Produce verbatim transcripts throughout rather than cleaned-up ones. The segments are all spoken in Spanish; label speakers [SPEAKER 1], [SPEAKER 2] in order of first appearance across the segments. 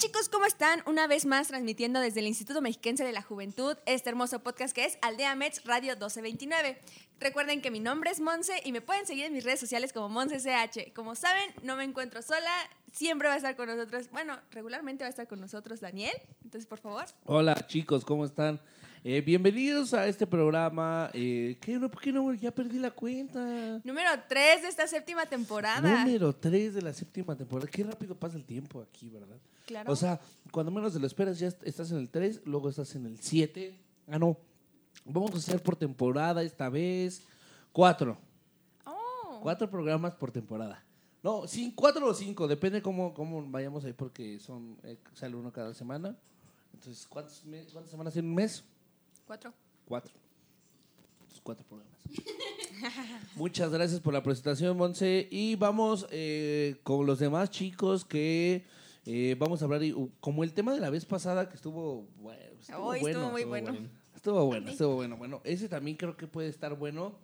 [SPEAKER 1] chicos, ¿cómo están? Una vez más transmitiendo desde el Instituto Mexiquense de la Juventud este hermoso podcast que es Aldea Mets Radio doce veintinueve. Recuerden que mi nombre es Monse y me pueden seguir en mis redes sociales como MonseCH. Como saben, no me encuentro sola, siempre va a estar con nosotros, bueno, regularmente va a estar con nosotros Daniel, entonces por favor.
[SPEAKER 2] Hola chicos, ¿cómo están? Eh, bienvenidos a este programa. Eh, ¿qué, no, ¿Por qué no? Ya perdí la cuenta.
[SPEAKER 1] Número tres de esta séptima temporada.
[SPEAKER 2] Número tres de la séptima temporada. Qué rápido pasa el tiempo aquí, ¿verdad?
[SPEAKER 1] Claro.
[SPEAKER 2] O sea, cuando menos te lo esperas, ya estás en el tres, luego estás en el siete. Ah, no. Vamos a hacer por temporada esta vez cuatro.
[SPEAKER 1] Oh.
[SPEAKER 2] Cuatro programas por temporada. No, sí, cuatro o cinco, depende cómo, cómo vayamos ahí, porque son eh, sale uno cada semana. Entonces, ¿cuántos mes, ¿cuántas semanas tiene un mes?
[SPEAKER 1] Cuatro.
[SPEAKER 2] Cuatro. Entonces, cuatro programas. Muchas gracias por la presentación, Monse. Y vamos eh, con los demás chicos que eh, vamos a hablar. Y, uh, como el tema de la vez pasada, que estuvo, bueno, estuvo,
[SPEAKER 1] Hoy
[SPEAKER 2] bueno,
[SPEAKER 1] estuvo muy
[SPEAKER 2] estuvo
[SPEAKER 1] bueno.
[SPEAKER 2] bueno. Estuvo bueno, estuvo bueno. Bueno, ese también creo que puede estar bueno.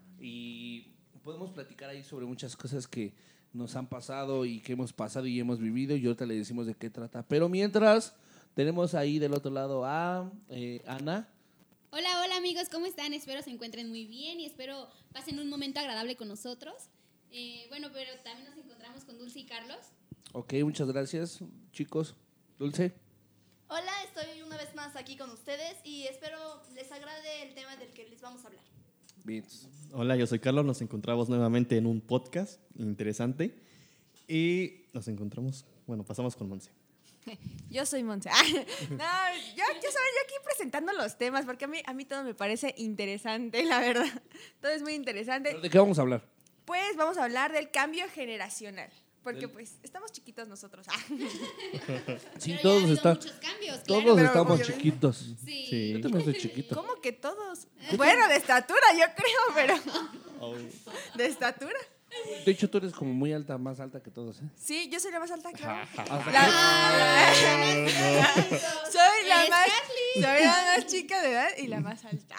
[SPEAKER 2] Y podemos platicar ahí sobre muchas cosas que nos han pasado y que hemos pasado y hemos vivido. Y ahorita le decimos de qué trata. Pero mientras, tenemos ahí del otro lado a eh, Ana.
[SPEAKER 3] Hola, hola amigos, ¿cómo están? Espero se encuentren muy bien y espero pasen un momento agradable con nosotros. Eh, bueno, pero también nos encontramos con Dulce y Carlos.
[SPEAKER 2] Ok, muchas gracias, chicos. Dulce.
[SPEAKER 4] Hola, estoy una vez más aquí con ustedes y espero les agrade el tema del que les vamos a hablar.
[SPEAKER 2] Bien.
[SPEAKER 5] Hola, yo soy Carlos, nos encontramos nuevamente en un podcast interesante y nos encontramos, bueno, pasamos con Monse.
[SPEAKER 1] Yo soy Monse. no, yo, yo saben, yo aquí presentando los temas, porque a mí, a mí todo me parece interesante, la verdad. Todo es muy interesante.
[SPEAKER 2] ¿Pero de qué vamos a hablar?
[SPEAKER 1] Pues vamos a hablar del cambio generacional, porque
[SPEAKER 2] Del...
[SPEAKER 1] pues estamos chiquitos nosotros.
[SPEAKER 2] Sí,
[SPEAKER 3] pero
[SPEAKER 2] todos
[SPEAKER 3] ya ha
[SPEAKER 2] están.
[SPEAKER 3] muchos cambios,
[SPEAKER 2] Todos
[SPEAKER 3] claro.
[SPEAKER 2] estamos
[SPEAKER 1] obviamente.
[SPEAKER 2] chiquitos.
[SPEAKER 3] Sí.
[SPEAKER 5] Sí.
[SPEAKER 2] Yo también soy chiquito.
[SPEAKER 1] ¿Cómo que todos? Bueno, de estatura, yo creo, pero
[SPEAKER 5] Oh.
[SPEAKER 1] de estatura.
[SPEAKER 2] De hecho, tú eres como muy alta, más alta que todos, ¿eh?
[SPEAKER 1] Sí, yo soy la más alta, claro.
[SPEAKER 2] Hasta
[SPEAKER 1] La-
[SPEAKER 2] que-
[SPEAKER 1] soy la
[SPEAKER 3] Eres
[SPEAKER 1] más,
[SPEAKER 3] Kathleen.
[SPEAKER 1] soy la más chica de edad y la más alta.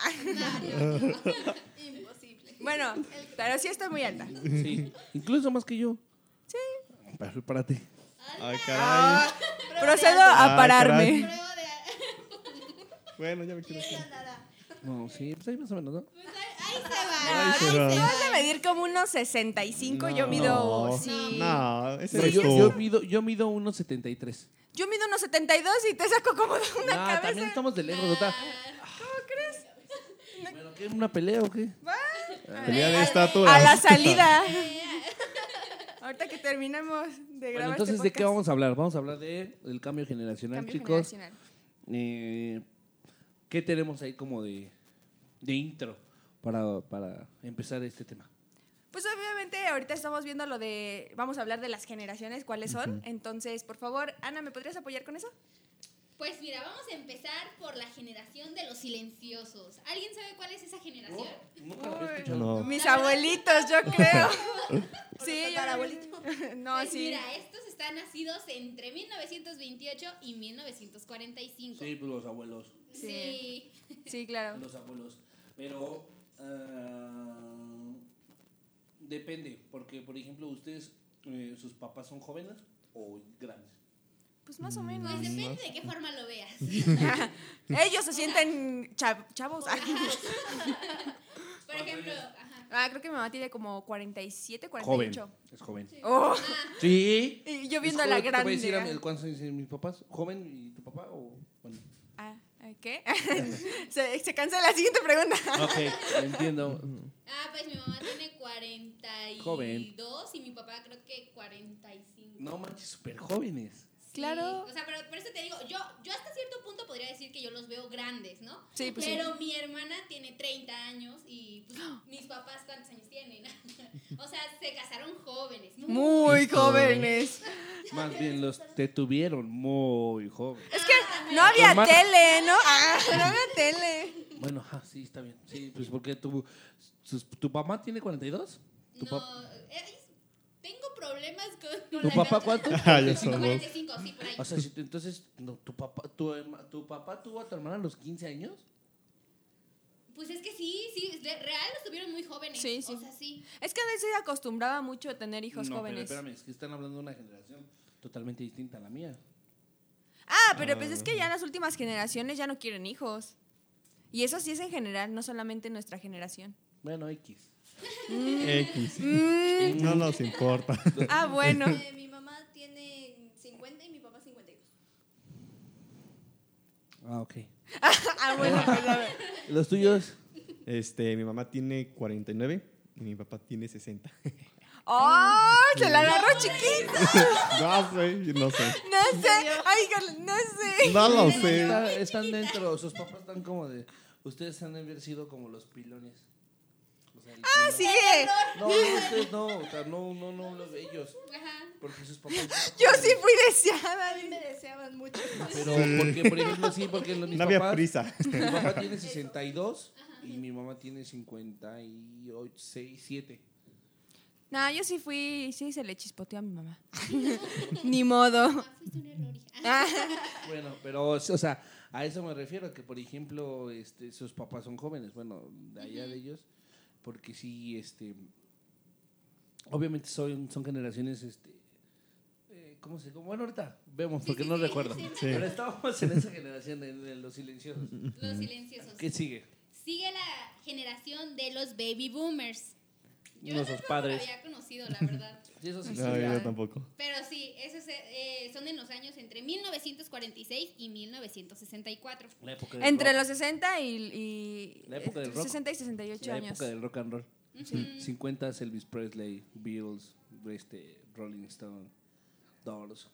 [SPEAKER 4] Imposible.
[SPEAKER 1] Bueno, pero sí estoy muy alta.
[SPEAKER 2] Sí, incluso más que yo.
[SPEAKER 1] Sí.
[SPEAKER 2] Pero párate.
[SPEAKER 5] Ay, caray.
[SPEAKER 1] Ah, procedo a
[SPEAKER 5] Ah,
[SPEAKER 1] pararme.
[SPEAKER 3] Prueba de...
[SPEAKER 5] Bueno, ya me quiero
[SPEAKER 4] Sí,
[SPEAKER 5] ir.
[SPEAKER 4] andará.
[SPEAKER 2] No, sí, pues ahí más o menos, ¿no?
[SPEAKER 3] Pues ahí, ahí se va.
[SPEAKER 1] Ah,
[SPEAKER 5] Ay, se
[SPEAKER 1] tú
[SPEAKER 5] va.
[SPEAKER 1] vas a medir como unos sesenta y cinco, yo
[SPEAKER 2] No.
[SPEAKER 1] mido,
[SPEAKER 5] No.
[SPEAKER 1] sí.
[SPEAKER 5] No, ese
[SPEAKER 2] No,
[SPEAKER 5] eres
[SPEAKER 2] yo,
[SPEAKER 5] tú.
[SPEAKER 2] yo mido, yo mido uno setenta y tres.
[SPEAKER 1] Yo mido unos setenta y dos y te saco como de una
[SPEAKER 2] No,
[SPEAKER 1] cabeza.
[SPEAKER 2] también estamos de lejos, ¿verdad?
[SPEAKER 1] ¿Cómo crees?
[SPEAKER 2] Bueno, ¿qué? ¿Una pelea o qué?
[SPEAKER 5] Pelea de
[SPEAKER 1] A-
[SPEAKER 5] estaturas.
[SPEAKER 1] A la salida. Ahorita que terminemos de
[SPEAKER 2] Bueno,
[SPEAKER 1] grabar
[SPEAKER 2] entonces,
[SPEAKER 1] este
[SPEAKER 2] ¿de qué
[SPEAKER 1] podcast.
[SPEAKER 2] vamos a hablar? Vamos a hablar de el cambio generacional,
[SPEAKER 1] Cambio
[SPEAKER 2] chicos.
[SPEAKER 1] generacional.
[SPEAKER 2] Eh, ¿Qué tenemos ahí como de, de intro para, para empezar este tema?
[SPEAKER 1] Pues obviamente ahorita estamos viendo lo de, vamos a hablar de las generaciones, cuáles son. Entonces, por favor, Ana, ¿me podrías apoyar con eso?
[SPEAKER 3] Pues mira, vamos a empezar por la generación de los silenciosos. ¿Alguien sabe cuál es esa generación?
[SPEAKER 2] Nunca lo había
[SPEAKER 1] Uy.
[SPEAKER 2] escuchado.
[SPEAKER 5] No.
[SPEAKER 1] Mis abuelitos, yo creo. sí, yo
[SPEAKER 4] tatarabuelito.
[SPEAKER 1] No,
[SPEAKER 3] Pues
[SPEAKER 1] sí.
[SPEAKER 3] mira, estos están nacidos entre mil novecientos veintiocho y mil novecientos cuarenta y cinco.
[SPEAKER 2] Sí, pues los abuelos.
[SPEAKER 3] Sí.
[SPEAKER 1] Sí, claro.
[SPEAKER 2] Los abuelos. Pero ah, depende, porque por ejemplo, ustedes, eh, sus papás son jóvenes o grandes.
[SPEAKER 1] Pues más o menos.
[SPEAKER 3] Pues depende de qué forma lo veas.
[SPEAKER 1] Ellos se sienten chav- chavos.
[SPEAKER 3] Por ejemplo, ajá.
[SPEAKER 1] Ah, creo que mi mamá tiene como cuarenta y siete, cuarenta y
[SPEAKER 2] Joven.
[SPEAKER 1] ocho.
[SPEAKER 2] Es joven.
[SPEAKER 1] Oh,
[SPEAKER 2] Sí.
[SPEAKER 1] y yo
[SPEAKER 2] Es
[SPEAKER 1] viendo a la
[SPEAKER 2] joven. Te voy a
[SPEAKER 1] grande.
[SPEAKER 2] decir a mí, ¿cuántos años tienen mis papás? ¿Joven y tu papá? O, bueno.
[SPEAKER 1] Ah, ¿qué? se, se cancela la siguiente pregunta.
[SPEAKER 2] Ok, entiendo.
[SPEAKER 3] Ah, pues mi mamá tiene cuarenta y dos
[SPEAKER 2] Joven.
[SPEAKER 3] y mi papá creo que cuarenta y cinco.
[SPEAKER 2] No manches, súper jóvenes.
[SPEAKER 3] Sí,
[SPEAKER 1] Claro.
[SPEAKER 3] O sea, pero por eso te digo, yo, yo hasta cierto punto podría decir que yo los veo grandes, ¿no?
[SPEAKER 1] Sí, pues sí.
[SPEAKER 3] Pero mi hermana tiene treinta años y pues, mis papás, ¿cuántos años tienen? O sea, se casaron jóvenes. Muy,
[SPEAKER 1] Muy jóvenes.
[SPEAKER 2] Más bien los te tuvieron muy jóvenes.
[SPEAKER 1] Es que no había
[SPEAKER 2] hermana-
[SPEAKER 1] tele, ¿no? Ah, no había tele.
[SPEAKER 2] Bueno, ajá, sí, está bien. Sí, pues porque tu, sus- tu mamá tiene cuarenta y dos. ¿Tu,
[SPEAKER 3] No,
[SPEAKER 2] pap-
[SPEAKER 3] eh, tengo problemas con, con
[SPEAKER 2] ¿Tu
[SPEAKER 3] la
[SPEAKER 2] papá
[SPEAKER 3] edad.
[SPEAKER 2] cuánto?
[SPEAKER 5] Ah, ya somos.
[SPEAKER 3] cuarenta y cinco, sí, por ahí.
[SPEAKER 2] O sea, si, te- entonces, no, tu, papá, tu, herma- ¿tu papá tuvo a tu hermana a los quince años?
[SPEAKER 3] Pues es que sí, sí, de- real los tuvieron muy jóvenes.
[SPEAKER 1] Sí, sí.
[SPEAKER 3] O sea, sí.
[SPEAKER 1] Es que a veces se acostumbraba mucho a tener hijos
[SPEAKER 2] no,
[SPEAKER 1] jóvenes.
[SPEAKER 2] pero espérame, es que están hablando de una generación totalmente distinta a la mía.
[SPEAKER 1] Ah, pero pues es que ya las últimas generaciones ya no quieren hijos. Y eso sí es en general, no solamente nuestra generación.
[SPEAKER 2] Bueno, X.
[SPEAKER 5] X.
[SPEAKER 1] Mm,
[SPEAKER 5] No nos importa.
[SPEAKER 1] ah, bueno.
[SPEAKER 4] Eh, mi mamá tiene cincuenta y mi papá cincuenta y dos.
[SPEAKER 2] Ah, ok.
[SPEAKER 1] ah, bueno, pues a ver.
[SPEAKER 2] ¿Los tuyos?
[SPEAKER 5] Este, mi mamá tiene cuarenta y nueve y mi papá tiene sesenta.
[SPEAKER 1] ¡Oh! Se la agarró chiquita.
[SPEAKER 5] No sé, no sé.
[SPEAKER 1] No sé. Ay, Carlos, no sé.
[SPEAKER 5] No lo sé.
[SPEAKER 2] Está- están dentro, sus papás están como de... Ustedes han de haber sido como los pilones. O sea, el
[SPEAKER 1] Ah,
[SPEAKER 2] pilón-
[SPEAKER 1] sí.
[SPEAKER 2] No, no, ustedes no, o sea, no, no, no, los de ellos.
[SPEAKER 3] Ajá.
[SPEAKER 2] Porque sus papás...
[SPEAKER 1] Yo sí fui deseada.
[SPEAKER 4] A mí me deseaban mucho.
[SPEAKER 2] Pero porque, por ejemplo, sí, porque los, mis
[SPEAKER 5] No había
[SPEAKER 2] papás...
[SPEAKER 5] prisa.
[SPEAKER 2] Mi papá tiene sesenta y dos y mi mamá tiene cincuenta y seis, siete.
[SPEAKER 1] No, yo sí fui, sí se le chispoteó a mi mamá. Ni modo.
[SPEAKER 3] Ah, fuiste un error, hija.
[SPEAKER 2] Bueno, pero, o sea, a eso me refiero, que por ejemplo, este, sus papás son jóvenes, bueno, de allá de ellos, porque sí, este, obviamente son, son generaciones, este, eh, ¿cómo se? Bueno, ahorita vemos, porque
[SPEAKER 3] sí,
[SPEAKER 2] no
[SPEAKER 3] sí,
[SPEAKER 2] recuerdo.
[SPEAKER 3] sí, sí.
[SPEAKER 2] Pero estábamos en esa generación de, de los silenciosos.
[SPEAKER 3] Los silenciosos.
[SPEAKER 2] ¿Qué sigue?
[SPEAKER 3] Sigue la generación de los baby boomers. Yo
[SPEAKER 2] Nuestros
[SPEAKER 3] no
[SPEAKER 2] padres.
[SPEAKER 3] lo había conocido, la verdad.
[SPEAKER 2] Sí, eso sí.
[SPEAKER 5] No,
[SPEAKER 2] sí.
[SPEAKER 5] yo tampoco.
[SPEAKER 3] Pero sí, esos eh, son en los años entre mil novecientos cuarenta y seis y mil novecientos sesenta y cuatro.
[SPEAKER 2] La época del
[SPEAKER 1] Entre
[SPEAKER 2] rock.
[SPEAKER 1] los sesenta y, y
[SPEAKER 2] La época del
[SPEAKER 1] eh,
[SPEAKER 2] rock.
[SPEAKER 1] sesenta y sesenta y ocho
[SPEAKER 2] La
[SPEAKER 1] años.
[SPEAKER 2] época del rock and roll.
[SPEAKER 3] Ujú.
[SPEAKER 2] cincuenta Elvis Presley, Beatles, este, Rolling Stone, Doors.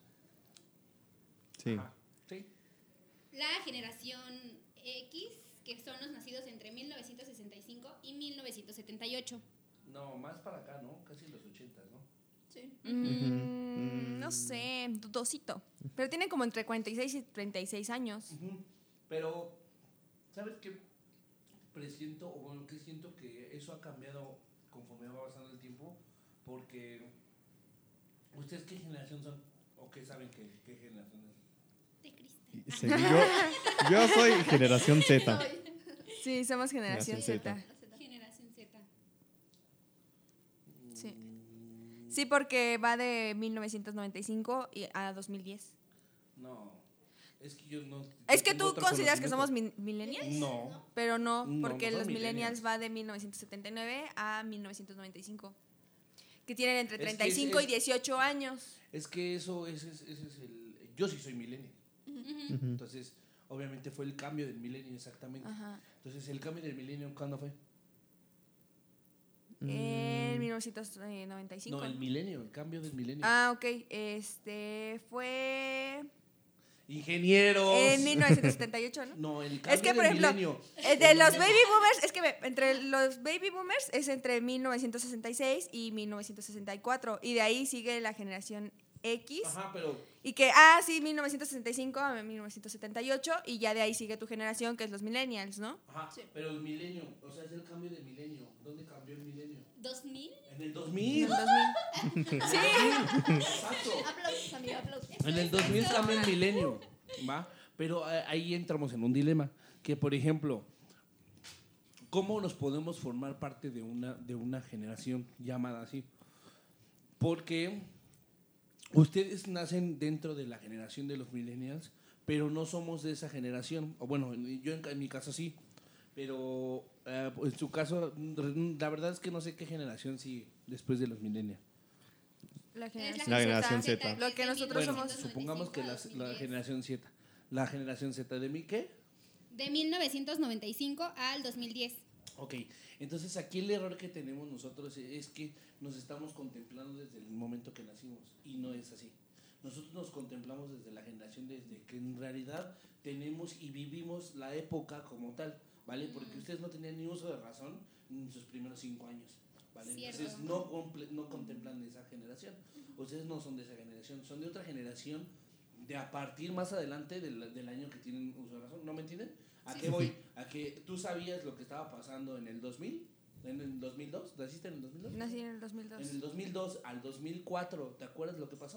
[SPEAKER 5] Sí.
[SPEAKER 2] Ajá. Sí.
[SPEAKER 3] La generación X, que son los nacidos entre mil novecientos sesenta y cinco y mil novecientos setenta y ocho.
[SPEAKER 2] No, más para acá, ¿no? Casi los ochenta, ¿no?
[SPEAKER 4] Sí.
[SPEAKER 1] Mm, no sé, dudosito. Pero tienen como entre cuarenta y seis y treinta y seis años.
[SPEAKER 2] Ujú. Pero, ¿sabes qué? Presiento, o bueno, que siento que eso ha cambiado conforme va pasando el tiempo, porque ¿ustedes qué generación son? ¿O qué saben que, qué generación es?
[SPEAKER 3] De cristal.
[SPEAKER 5] Y según yo, yo soy generación Z.
[SPEAKER 1] Sí, somos generación
[SPEAKER 5] Generación
[SPEAKER 1] Z.
[SPEAKER 5] Z.
[SPEAKER 3] Generación Z.
[SPEAKER 1] Sí. Sí, porque va de mil novecientos noventa y cinco y a dos mil diez.
[SPEAKER 2] No, es que yo no...
[SPEAKER 1] Es
[SPEAKER 2] yo
[SPEAKER 1] que
[SPEAKER 2] tengo
[SPEAKER 1] tú
[SPEAKER 2] otro
[SPEAKER 1] consideras que somos
[SPEAKER 2] conocimiento.
[SPEAKER 1] mi- millennials,
[SPEAKER 2] No,
[SPEAKER 1] pero no,
[SPEAKER 2] No,
[SPEAKER 1] porque
[SPEAKER 2] no son
[SPEAKER 1] los millennials
[SPEAKER 2] millennials.
[SPEAKER 1] va de mil novecientos setenta y nueve a mil novecientos noventa y cinco. Que tienen entre
[SPEAKER 2] Es que
[SPEAKER 1] treinta y
[SPEAKER 2] es-
[SPEAKER 1] cinco y
[SPEAKER 2] es-
[SPEAKER 1] dieciocho años.
[SPEAKER 2] es que eso ese es, ese es el... Yo sí soy millennial.
[SPEAKER 3] Ujú.
[SPEAKER 5] Ujú.
[SPEAKER 2] Entonces, obviamente fue el cambio del milenio exactamente.
[SPEAKER 1] Ajá.
[SPEAKER 2] Entonces, el cambio del milenio, ¿cuándo fue?
[SPEAKER 1] En mil novecientos noventa y cinco.
[SPEAKER 2] No, el milenio, el cambio del milenio.
[SPEAKER 1] Ah, ok. Este fue
[SPEAKER 2] Ingenieros.
[SPEAKER 1] en mil novecientos setenta y ocho, ¿no?
[SPEAKER 2] No, el cambio
[SPEAKER 1] Es que, por
[SPEAKER 2] del
[SPEAKER 1] ejemplo,
[SPEAKER 2] milenio.
[SPEAKER 1] Eh, de los baby boomers, es que ve, entre los baby boomers es entre mil novecientos sesenta y seis y mil novecientos sesenta y cuatro. Y de ahí sigue la generación X.
[SPEAKER 2] Ajá, pero
[SPEAKER 1] Y que, ah, sí, mil novecientos sesenta y cinco a mil novecientos setenta y ocho. Y ya de ahí sigue tu generación, que es los millennials, ¿no?
[SPEAKER 2] ajá,
[SPEAKER 4] Sí.
[SPEAKER 2] pero el milenio, o sea, es el cambio del milenio. ¿Dónde cambió el milenio?
[SPEAKER 3] ¿dos mil?
[SPEAKER 2] En el dos
[SPEAKER 1] En
[SPEAKER 2] mil.
[SPEAKER 1] el dos mil. Sí.
[SPEAKER 2] Exacto.
[SPEAKER 4] Aplausos, amigo, aplausos.
[SPEAKER 2] En el dos mil cambió el milenio, ¿va? Pero eh, ahí entramos en un dilema, que por ejemplo, ¿cómo nos podemos formar parte de una, de una generación llamada así? Porque ustedes nacen dentro de la generación de los millennials, pero no somos de esa generación. O bueno, yo en, en mi caso sí, pero eh, en su caso, la verdad es que no sé qué generación sigue después de los millennials.
[SPEAKER 1] La
[SPEAKER 3] Es
[SPEAKER 1] generación,
[SPEAKER 5] La generación
[SPEAKER 1] Z.
[SPEAKER 5] Z.
[SPEAKER 1] Lo que nosotros
[SPEAKER 2] Bueno,
[SPEAKER 1] somos.
[SPEAKER 2] supongamos que la, la generación Z. La generación Z de mí, ¿qué?
[SPEAKER 3] De mil novecientos noventa y cinco al dos mil diez.
[SPEAKER 2] Ok, entonces aquí el error que tenemos nosotros es que nos estamos contemplando desde el momento que nacimos y no es así. Nosotros nos contemplamos desde la generación desde que en realidad tenemos y vivimos la época como tal, ¿vale? Porque ustedes no tenían ni uso de razón en sus primeros cinco años, ¿vale?
[SPEAKER 3] Cierto.
[SPEAKER 2] Entonces no, comple- no contemplan de esa generación. Ustedes no son de esa generación, son de otra generación de a partir más adelante del, del año que tienen uso de razón, ¿no me entienden? ¿A
[SPEAKER 3] Sí,
[SPEAKER 2] qué
[SPEAKER 3] sí,
[SPEAKER 2] voy? A que tú sabías lo que estaba pasando en el dos mil, en el dos mil dos, ¿naciste en el dos mil dos?
[SPEAKER 1] Nací en el dos mil dos.
[SPEAKER 2] En el dos mil dos al dos mil cuatro, ¿te acuerdas lo que pasó?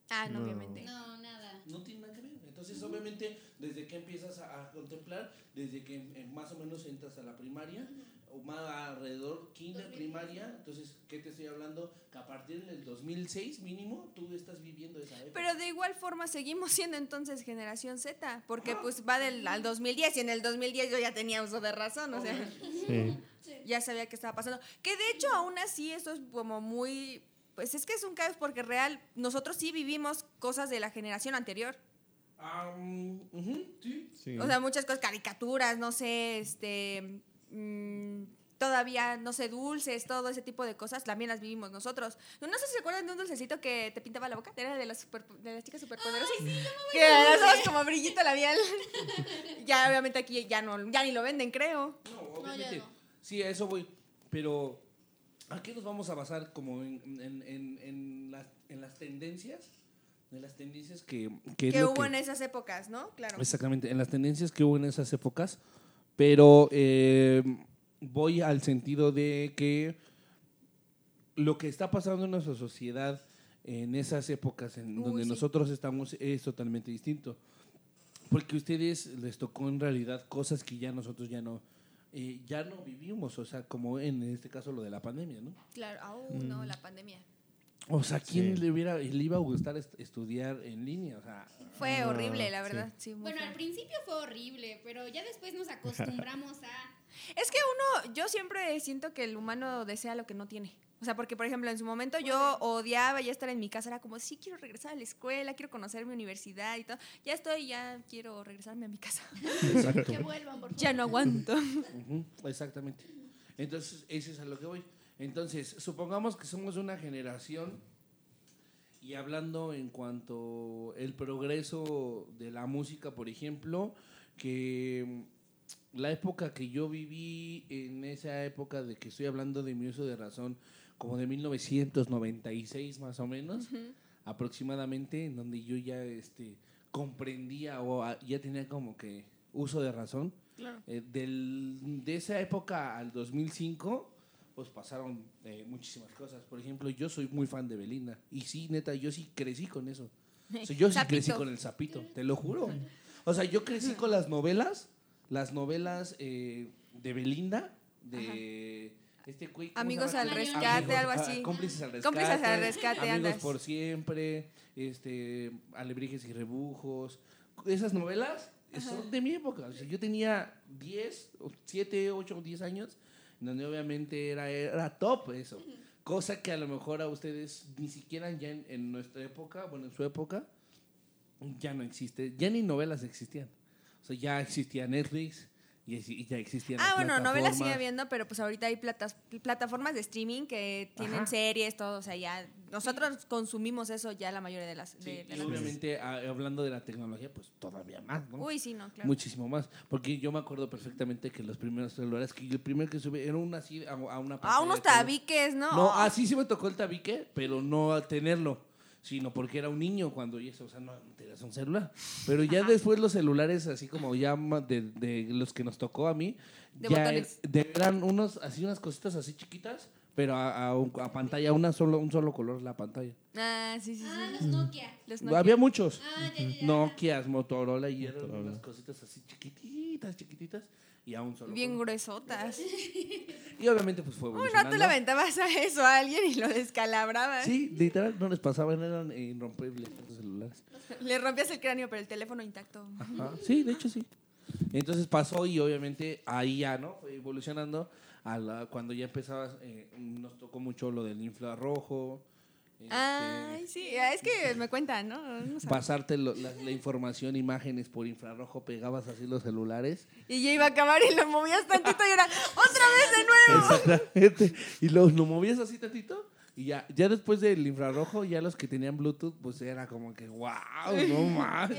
[SPEAKER 1] Ah, no,
[SPEAKER 5] No.
[SPEAKER 1] obviamente.
[SPEAKER 3] No, nada.
[SPEAKER 2] No tiene nada que ver. Entonces, obviamente, desde que empiezas a, a contemplar, desde que eh, más o menos entras a la primaria, o más alrededor, kinder, primaria, entonces, ¿qué te estoy hablando? Que a partir del dos mil seis mínimo, tú estás viviendo esa época.
[SPEAKER 1] Pero de igual forma seguimos siendo entonces generación Z, porque pues va del al dos mil diez y en el dos mil diez yo ya tenía uso de razón, o sea,
[SPEAKER 5] Sí.
[SPEAKER 1] ya sabía qué estaba pasando. Que de hecho aún así esto es como muy, pues es que es un caos porque real, nosotros sí vivimos cosas de la generación anterior.
[SPEAKER 2] Ah, mm, ujú, sí.
[SPEAKER 5] Sí.
[SPEAKER 1] O sea, muchas cosas, caricaturas, no sé, este, mm, todavía, no sé, dulces, todo ese tipo de cosas, también las vivimos nosotros. No sé si se acuerdan de un dulcecito que te pintaba la boca, era de las, super, de las chicas superpoderosas. Que las ojos como brillito labial. Ya, obviamente aquí ya no, ya ni lo venden, creo.
[SPEAKER 2] No,
[SPEAKER 4] No,
[SPEAKER 2] obviamente.
[SPEAKER 4] ya no.
[SPEAKER 2] Sí, a eso voy. Pero, ¿a qué nos vamos a basar como en, en, en, en, las, en las tendencias? En las tendencias que, que, es
[SPEAKER 1] Que
[SPEAKER 2] lo
[SPEAKER 1] hubo
[SPEAKER 2] que-
[SPEAKER 1] en esas épocas, ¿no? Claro.
[SPEAKER 2] Exactamente, en las tendencias que hubo en esas épocas. Pero eh, voy al sentido de que lo que está pasando en nuestra sociedad en esas épocas en
[SPEAKER 1] Uy,
[SPEAKER 2] donde
[SPEAKER 1] sí.
[SPEAKER 2] nosotros estamos es totalmente distinto. Porque a ustedes les tocó en realidad cosas que ya nosotros ya no, eh, ya no vivimos. O sea, como en este caso lo de la pandemia, ¿no?
[SPEAKER 1] Claro, oh, no, la pandemia.
[SPEAKER 2] O sea, ¿quién
[SPEAKER 5] Sí.
[SPEAKER 2] le, hubiera, le iba a gustar est- estudiar en línea? O sea,
[SPEAKER 1] Fue
[SPEAKER 5] Ah,
[SPEAKER 1] horrible, la
[SPEAKER 5] sí.
[SPEAKER 1] verdad. Sí, muy
[SPEAKER 3] Bueno,
[SPEAKER 1] feo.
[SPEAKER 3] al principio fue horrible, pero ya después nos acostumbramos a...
[SPEAKER 1] Es que uno, yo siempre siento que el humano desea lo que no tiene. O sea, porque por ejemplo en su momento yo odiaba ya estar en mi casa, era como, sí, quiero regresar a la escuela, quiero conocer mi universidad y todo. Ya estoy, ya quiero regresarme a mi casa.
[SPEAKER 2] exacto.
[SPEAKER 4] Que vuelvan, por favor.
[SPEAKER 1] Ya no aguanto.
[SPEAKER 2] Ujú, exactamente. Entonces, eso es a lo que voy. Entonces, supongamos que somos una generación y hablando en cuanto el progreso de la música, por ejemplo, que la época que yo viví, en esa época de que estoy hablando de mi uso de razón, como de mil novecientos noventa y seis más o menos, aproximadamente, en donde yo ya este, comprendía o a- ya tenía como que uso de razón.
[SPEAKER 1] Claro.
[SPEAKER 2] Eh, del, de esa época al dos mil cinco, pues pasaron eh, muchísimas cosas. Por ejemplo, yo soy muy fan de Belinda. Y sí, neta, yo sí crecí con eso. O sea, yo sí
[SPEAKER 1] Sapito.
[SPEAKER 2] crecí con el sapito, te lo juro. O sea, yo crecí con las novelas, las novelas eh, de Belinda, de este güey. ¿cómo se
[SPEAKER 1] Amigos
[SPEAKER 2] llama?
[SPEAKER 1] al
[SPEAKER 3] Amigos,
[SPEAKER 1] rescate, algo
[SPEAKER 2] ah,
[SPEAKER 1] así.
[SPEAKER 2] Cómplices al rescate.
[SPEAKER 1] Cómplices al rescate,
[SPEAKER 2] Amigos
[SPEAKER 1] andas.
[SPEAKER 2] por siempre, este, Alebrijes y rebujos. Esas novelas son de mi época. O sea, yo tenía diez, siete, ocho, diez años, donde obviamente era, era top eso. Cosa que a lo mejor a ustedes ni siquiera ya en, en nuestra época, bueno, en su época, ya no existe. Ya ni novelas existían. O sea, ya existía Netflix y, y ya existían
[SPEAKER 1] Ah,
[SPEAKER 2] las
[SPEAKER 1] bueno, novelas
[SPEAKER 2] plataformas.
[SPEAKER 1] sigue habiendo, pero pues ahorita hay platas, plataformas de streaming que tienen
[SPEAKER 2] Ajá.
[SPEAKER 1] series, todo, o sea, ya nosotros consumimos eso ya la mayoría de las
[SPEAKER 2] Sí,
[SPEAKER 1] de, de
[SPEAKER 2] y
[SPEAKER 1] las
[SPEAKER 2] obviamente a- hablando de la tecnología, pues todavía más, ¿no?
[SPEAKER 1] Uy, sí, no, claro.
[SPEAKER 2] Muchísimo más. Porque yo me acuerdo perfectamente que los primeros celulares, que el primero que subí era una así, a, a una
[SPEAKER 1] Ah,
[SPEAKER 2] pantalla
[SPEAKER 1] unos
[SPEAKER 2] de color.
[SPEAKER 1] tabiques, ¿no?
[SPEAKER 2] No,
[SPEAKER 1] Oh.
[SPEAKER 2] así sí me tocó el tabique, pero no a tenerlo, sino porque era un niño cuando y eso, o sea, no, no tenías un celular. Pero ya después los celulares, así como ya ma- de, de los que nos tocó a mí,
[SPEAKER 1] De
[SPEAKER 2] ya
[SPEAKER 1] botones.
[SPEAKER 2] er- de- eran unos, así unas cositas así chiquitas, pero a, a un- a pantalla, una solo, un solo color la pantalla.
[SPEAKER 1] Ah, sí, sí,
[SPEAKER 3] Ah,
[SPEAKER 1] sí.
[SPEAKER 3] los Nokia.
[SPEAKER 1] Los Nokia.
[SPEAKER 2] Había muchos.
[SPEAKER 3] Ah, ya, ya, ya.
[SPEAKER 2] Nokias, Motorola y eran
[SPEAKER 5] Motorola.
[SPEAKER 2] unas cositas así chiquititas, chiquititas y a un solo
[SPEAKER 1] Bien
[SPEAKER 2] color.
[SPEAKER 1] gruesotas.
[SPEAKER 2] Y obviamente pues fue
[SPEAKER 1] Uy, no,
[SPEAKER 2] evolucionando.
[SPEAKER 1] tú le aventabas a eso a alguien y lo descalabrabas.
[SPEAKER 2] Sí, literal, no les pasaban, eran eh, irrompibles los celulares.
[SPEAKER 1] Le rompías el cráneo, pero el teléfono intacto.
[SPEAKER 2] Ajá, sí, de hecho sí. Entonces pasó y obviamente ahí ya, ¿no? Fue evolucionando a la- cuando ya empezabas, eh, nos tocó mucho lo del infrarrojo. este,
[SPEAKER 1] Ay, sí, es que me cuentan, ¿no? No sabe.
[SPEAKER 2] pasarte lo- la, la información, imágenes por infrarrojo, pegabas así los celulares.
[SPEAKER 1] Y ya iba a acabar y lo movías tantito y era otra vez de nuevo.
[SPEAKER 2] Exactamente. Y lo, lo movías así tantito. Y ya, ya después del infrarrojo, ya los que tenían Bluetooth, pues era como que, wow, no mames.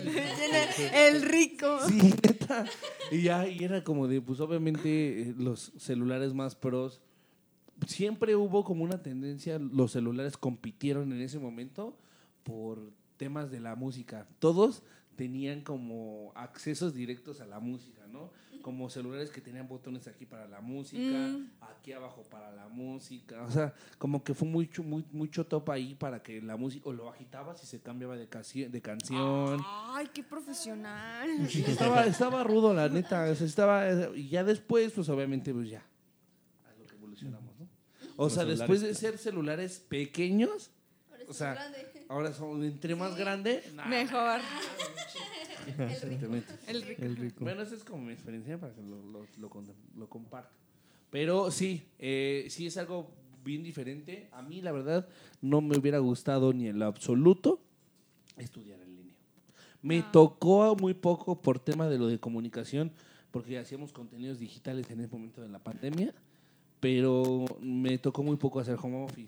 [SPEAKER 1] El rico.
[SPEAKER 2] Sí, neta. Y ya, y era como de, pues obviamente eh, los celulares más pros, siempre hubo como una tendencia, los celulares compitieron en ese momento por temas de la música. Todos tenían como accesos directos a la música, ¿no? Como celulares que tenían botones aquí para la música,
[SPEAKER 1] Mm.
[SPEAKER 2] aquí abajo para la música. O sea, como que fue mucho, muy, mucho top ahí para que la música, o lo agitabas y se cambiaba de, casi- de canción.
[SPEAKER 1] Ay, qué profesional.
[SPEAKER 2] Sí, estaba, estaba rudo, la neta. O sea, estaba, y ya después, pues obviamente, pues ya. A lo que evolucionamos, ¿no? O
[SPEAKER 5] Los
[SPEAKER 2] sea,
[SPEAKER 5] celulares,
[SPEAKER 2] después de
[SPEAKER 5] claro.
[SPEAKER 2] ser celulares pequeños,
[SPEAKER 4] Ahora es
[SPEAKER 2] o sea,
[SPEAKER 4] grande.
[SPEAKER 2] ahora son entre más grande. nah,
[SPEAKER 1] Mejor.
[SPEAKER 2] Exactamente.
[SPEAKER 1] El rico.
[SPEAKER 5] El rico.
[SPEAKER 2] Bueno, esa es como mi experiencia para que lo, lo, lo, con- lo comparto. Pero sí, eh, sí es algo bien diferente. A mí, la verdad, no me hubiera gustado ni en lo absoluto estudiar en línea. Me
[SPEAKER 1] Ah.
[SPEAKER 2] tocó muy poco por tema de lo de comunicación, porque hacíamos contenidos digitales en ese momento de la pandemia, pero me tocó muy poco hacer home office.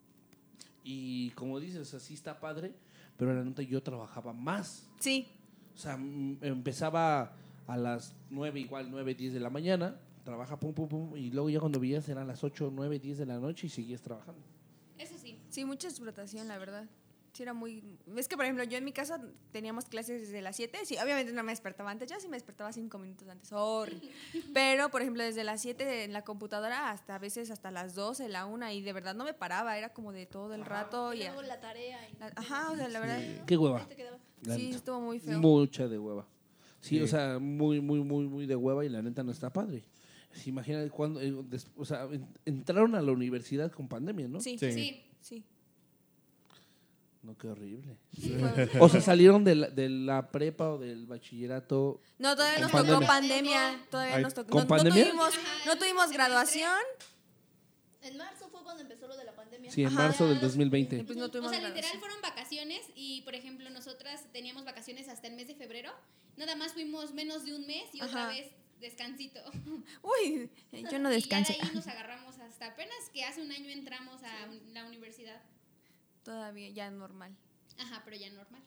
[SPEAKER 2] Y como dices, así está padre, pero la neta yo trabajaba más.
[SPEAKER 1] Sí.
[SPEAKER 2] O sea, m- empezaba a las nueve, igual nueve, diez de la mañana, trabaja pum, pum, pum, y luego ya cuando veías eran las ocho, nueve, diez de la noche y seguías trabajando.
[SPEAKER 3] Eso sí.
[SPEAKER 1] Sí, mucha explotación, la verdad. Sí, era muy... Es que, por ejemplo, yo en mi casa teníamos clases desde las siete. Sí, obviamente no me despertaba antes. Yo sí me despertaba cinco minutos antes. Sorry. Pero, por ejemplo, desde las siete en la computadora hasta a veces hasta las doce, la una. Y de verdad no me paraba. Era como de todo el rato.
[SPEAKER 4] Y
[SPEAKER 1] Y,
[SPEAKER 4] luego la tarea. Y
[SPEAKER 1] la- ajá, o sea, la verdad...
[SPEAKER 2] Qué hueva.
[SPEAKER 4] ahí te quedaba.
[SPEAKER 2] La
[SPEAKER 1] Sí,
[SPEAKER 2] neta.
[SPEAKER 1] estuvo muy feo.
[SPEAKER 2] Mucha de hueva. Sí,
[SPEAKER 5] Sí.
[SPEAKER 2] o sea, muy, muy, muy, muy de hueva y la neta no está padre. Se imagina cuando, eh, des- o sea, en- entraron a la universidad con pandemia, ¿no?
[SPEAKER 1] Sí,
[SPEAKER 5] Sí.
[SPEAKER 1] sí, sí.
[SPEAKER 2] No, qué horrible.
[SPEAKER 1] Sí, fue-
[SPEAKER 2] O sea, salieron de la, de la prepa o del bachillerato.
[SPEAKER 1] No, todavía nos
[SPEAKER 2] ¿Con
[SPEAKER 1] tocó
[SPEAKER 2] pandemia?
[SPEAKER 1] pandemia. Todavía
[SPEAKER 5] Ay,
[SPEAKER 1] nos tocó.
[SPEAKER 2] ¿con
[SPEAKER 1] no,
[SPEAKER 2] pandemia?
[SPEAKER 1] No tuvimos,
[SPEAKER 3] Ajá,
[SPEAKER 1] no
[SPEAKER 3] el
[SPEAKER 1] tuvimos
[SPEAKER 3] último
[SPEAKER 1] graduación.
[SPEAKER 4] En marzo fue cuando empezó lo de la pandemia.
[SPEAKER 2] Sí, en
[SPEAKER 1] Ajá.
[SPEAKER 2] marzo del dos mil veinte.
[SPEAKER 1] Pues no tuvimos
[SPEAKER 3] o sea, literal
[SPEAKER 1] graduación.
[SPEAKER 3] fueron vacaciones y, por ejemplo, nosotras teníamos vacaciones hasta el mes de febrero. Nada más fuimos menos de un mes y otra
[SPEAKER 1] Ajá.
[SPEAKER 3] vez descansito.
[SPEAKER 1] Uy, yo no descanso.
[SPEAKER 3] Y ya de ahí nos agarramos hasta apenas que hace un año entramos a un- la universidad.
[SPEAKER 1] Todavía, ya normal.
[SPEAKER 3] Ajá, pero ya normal.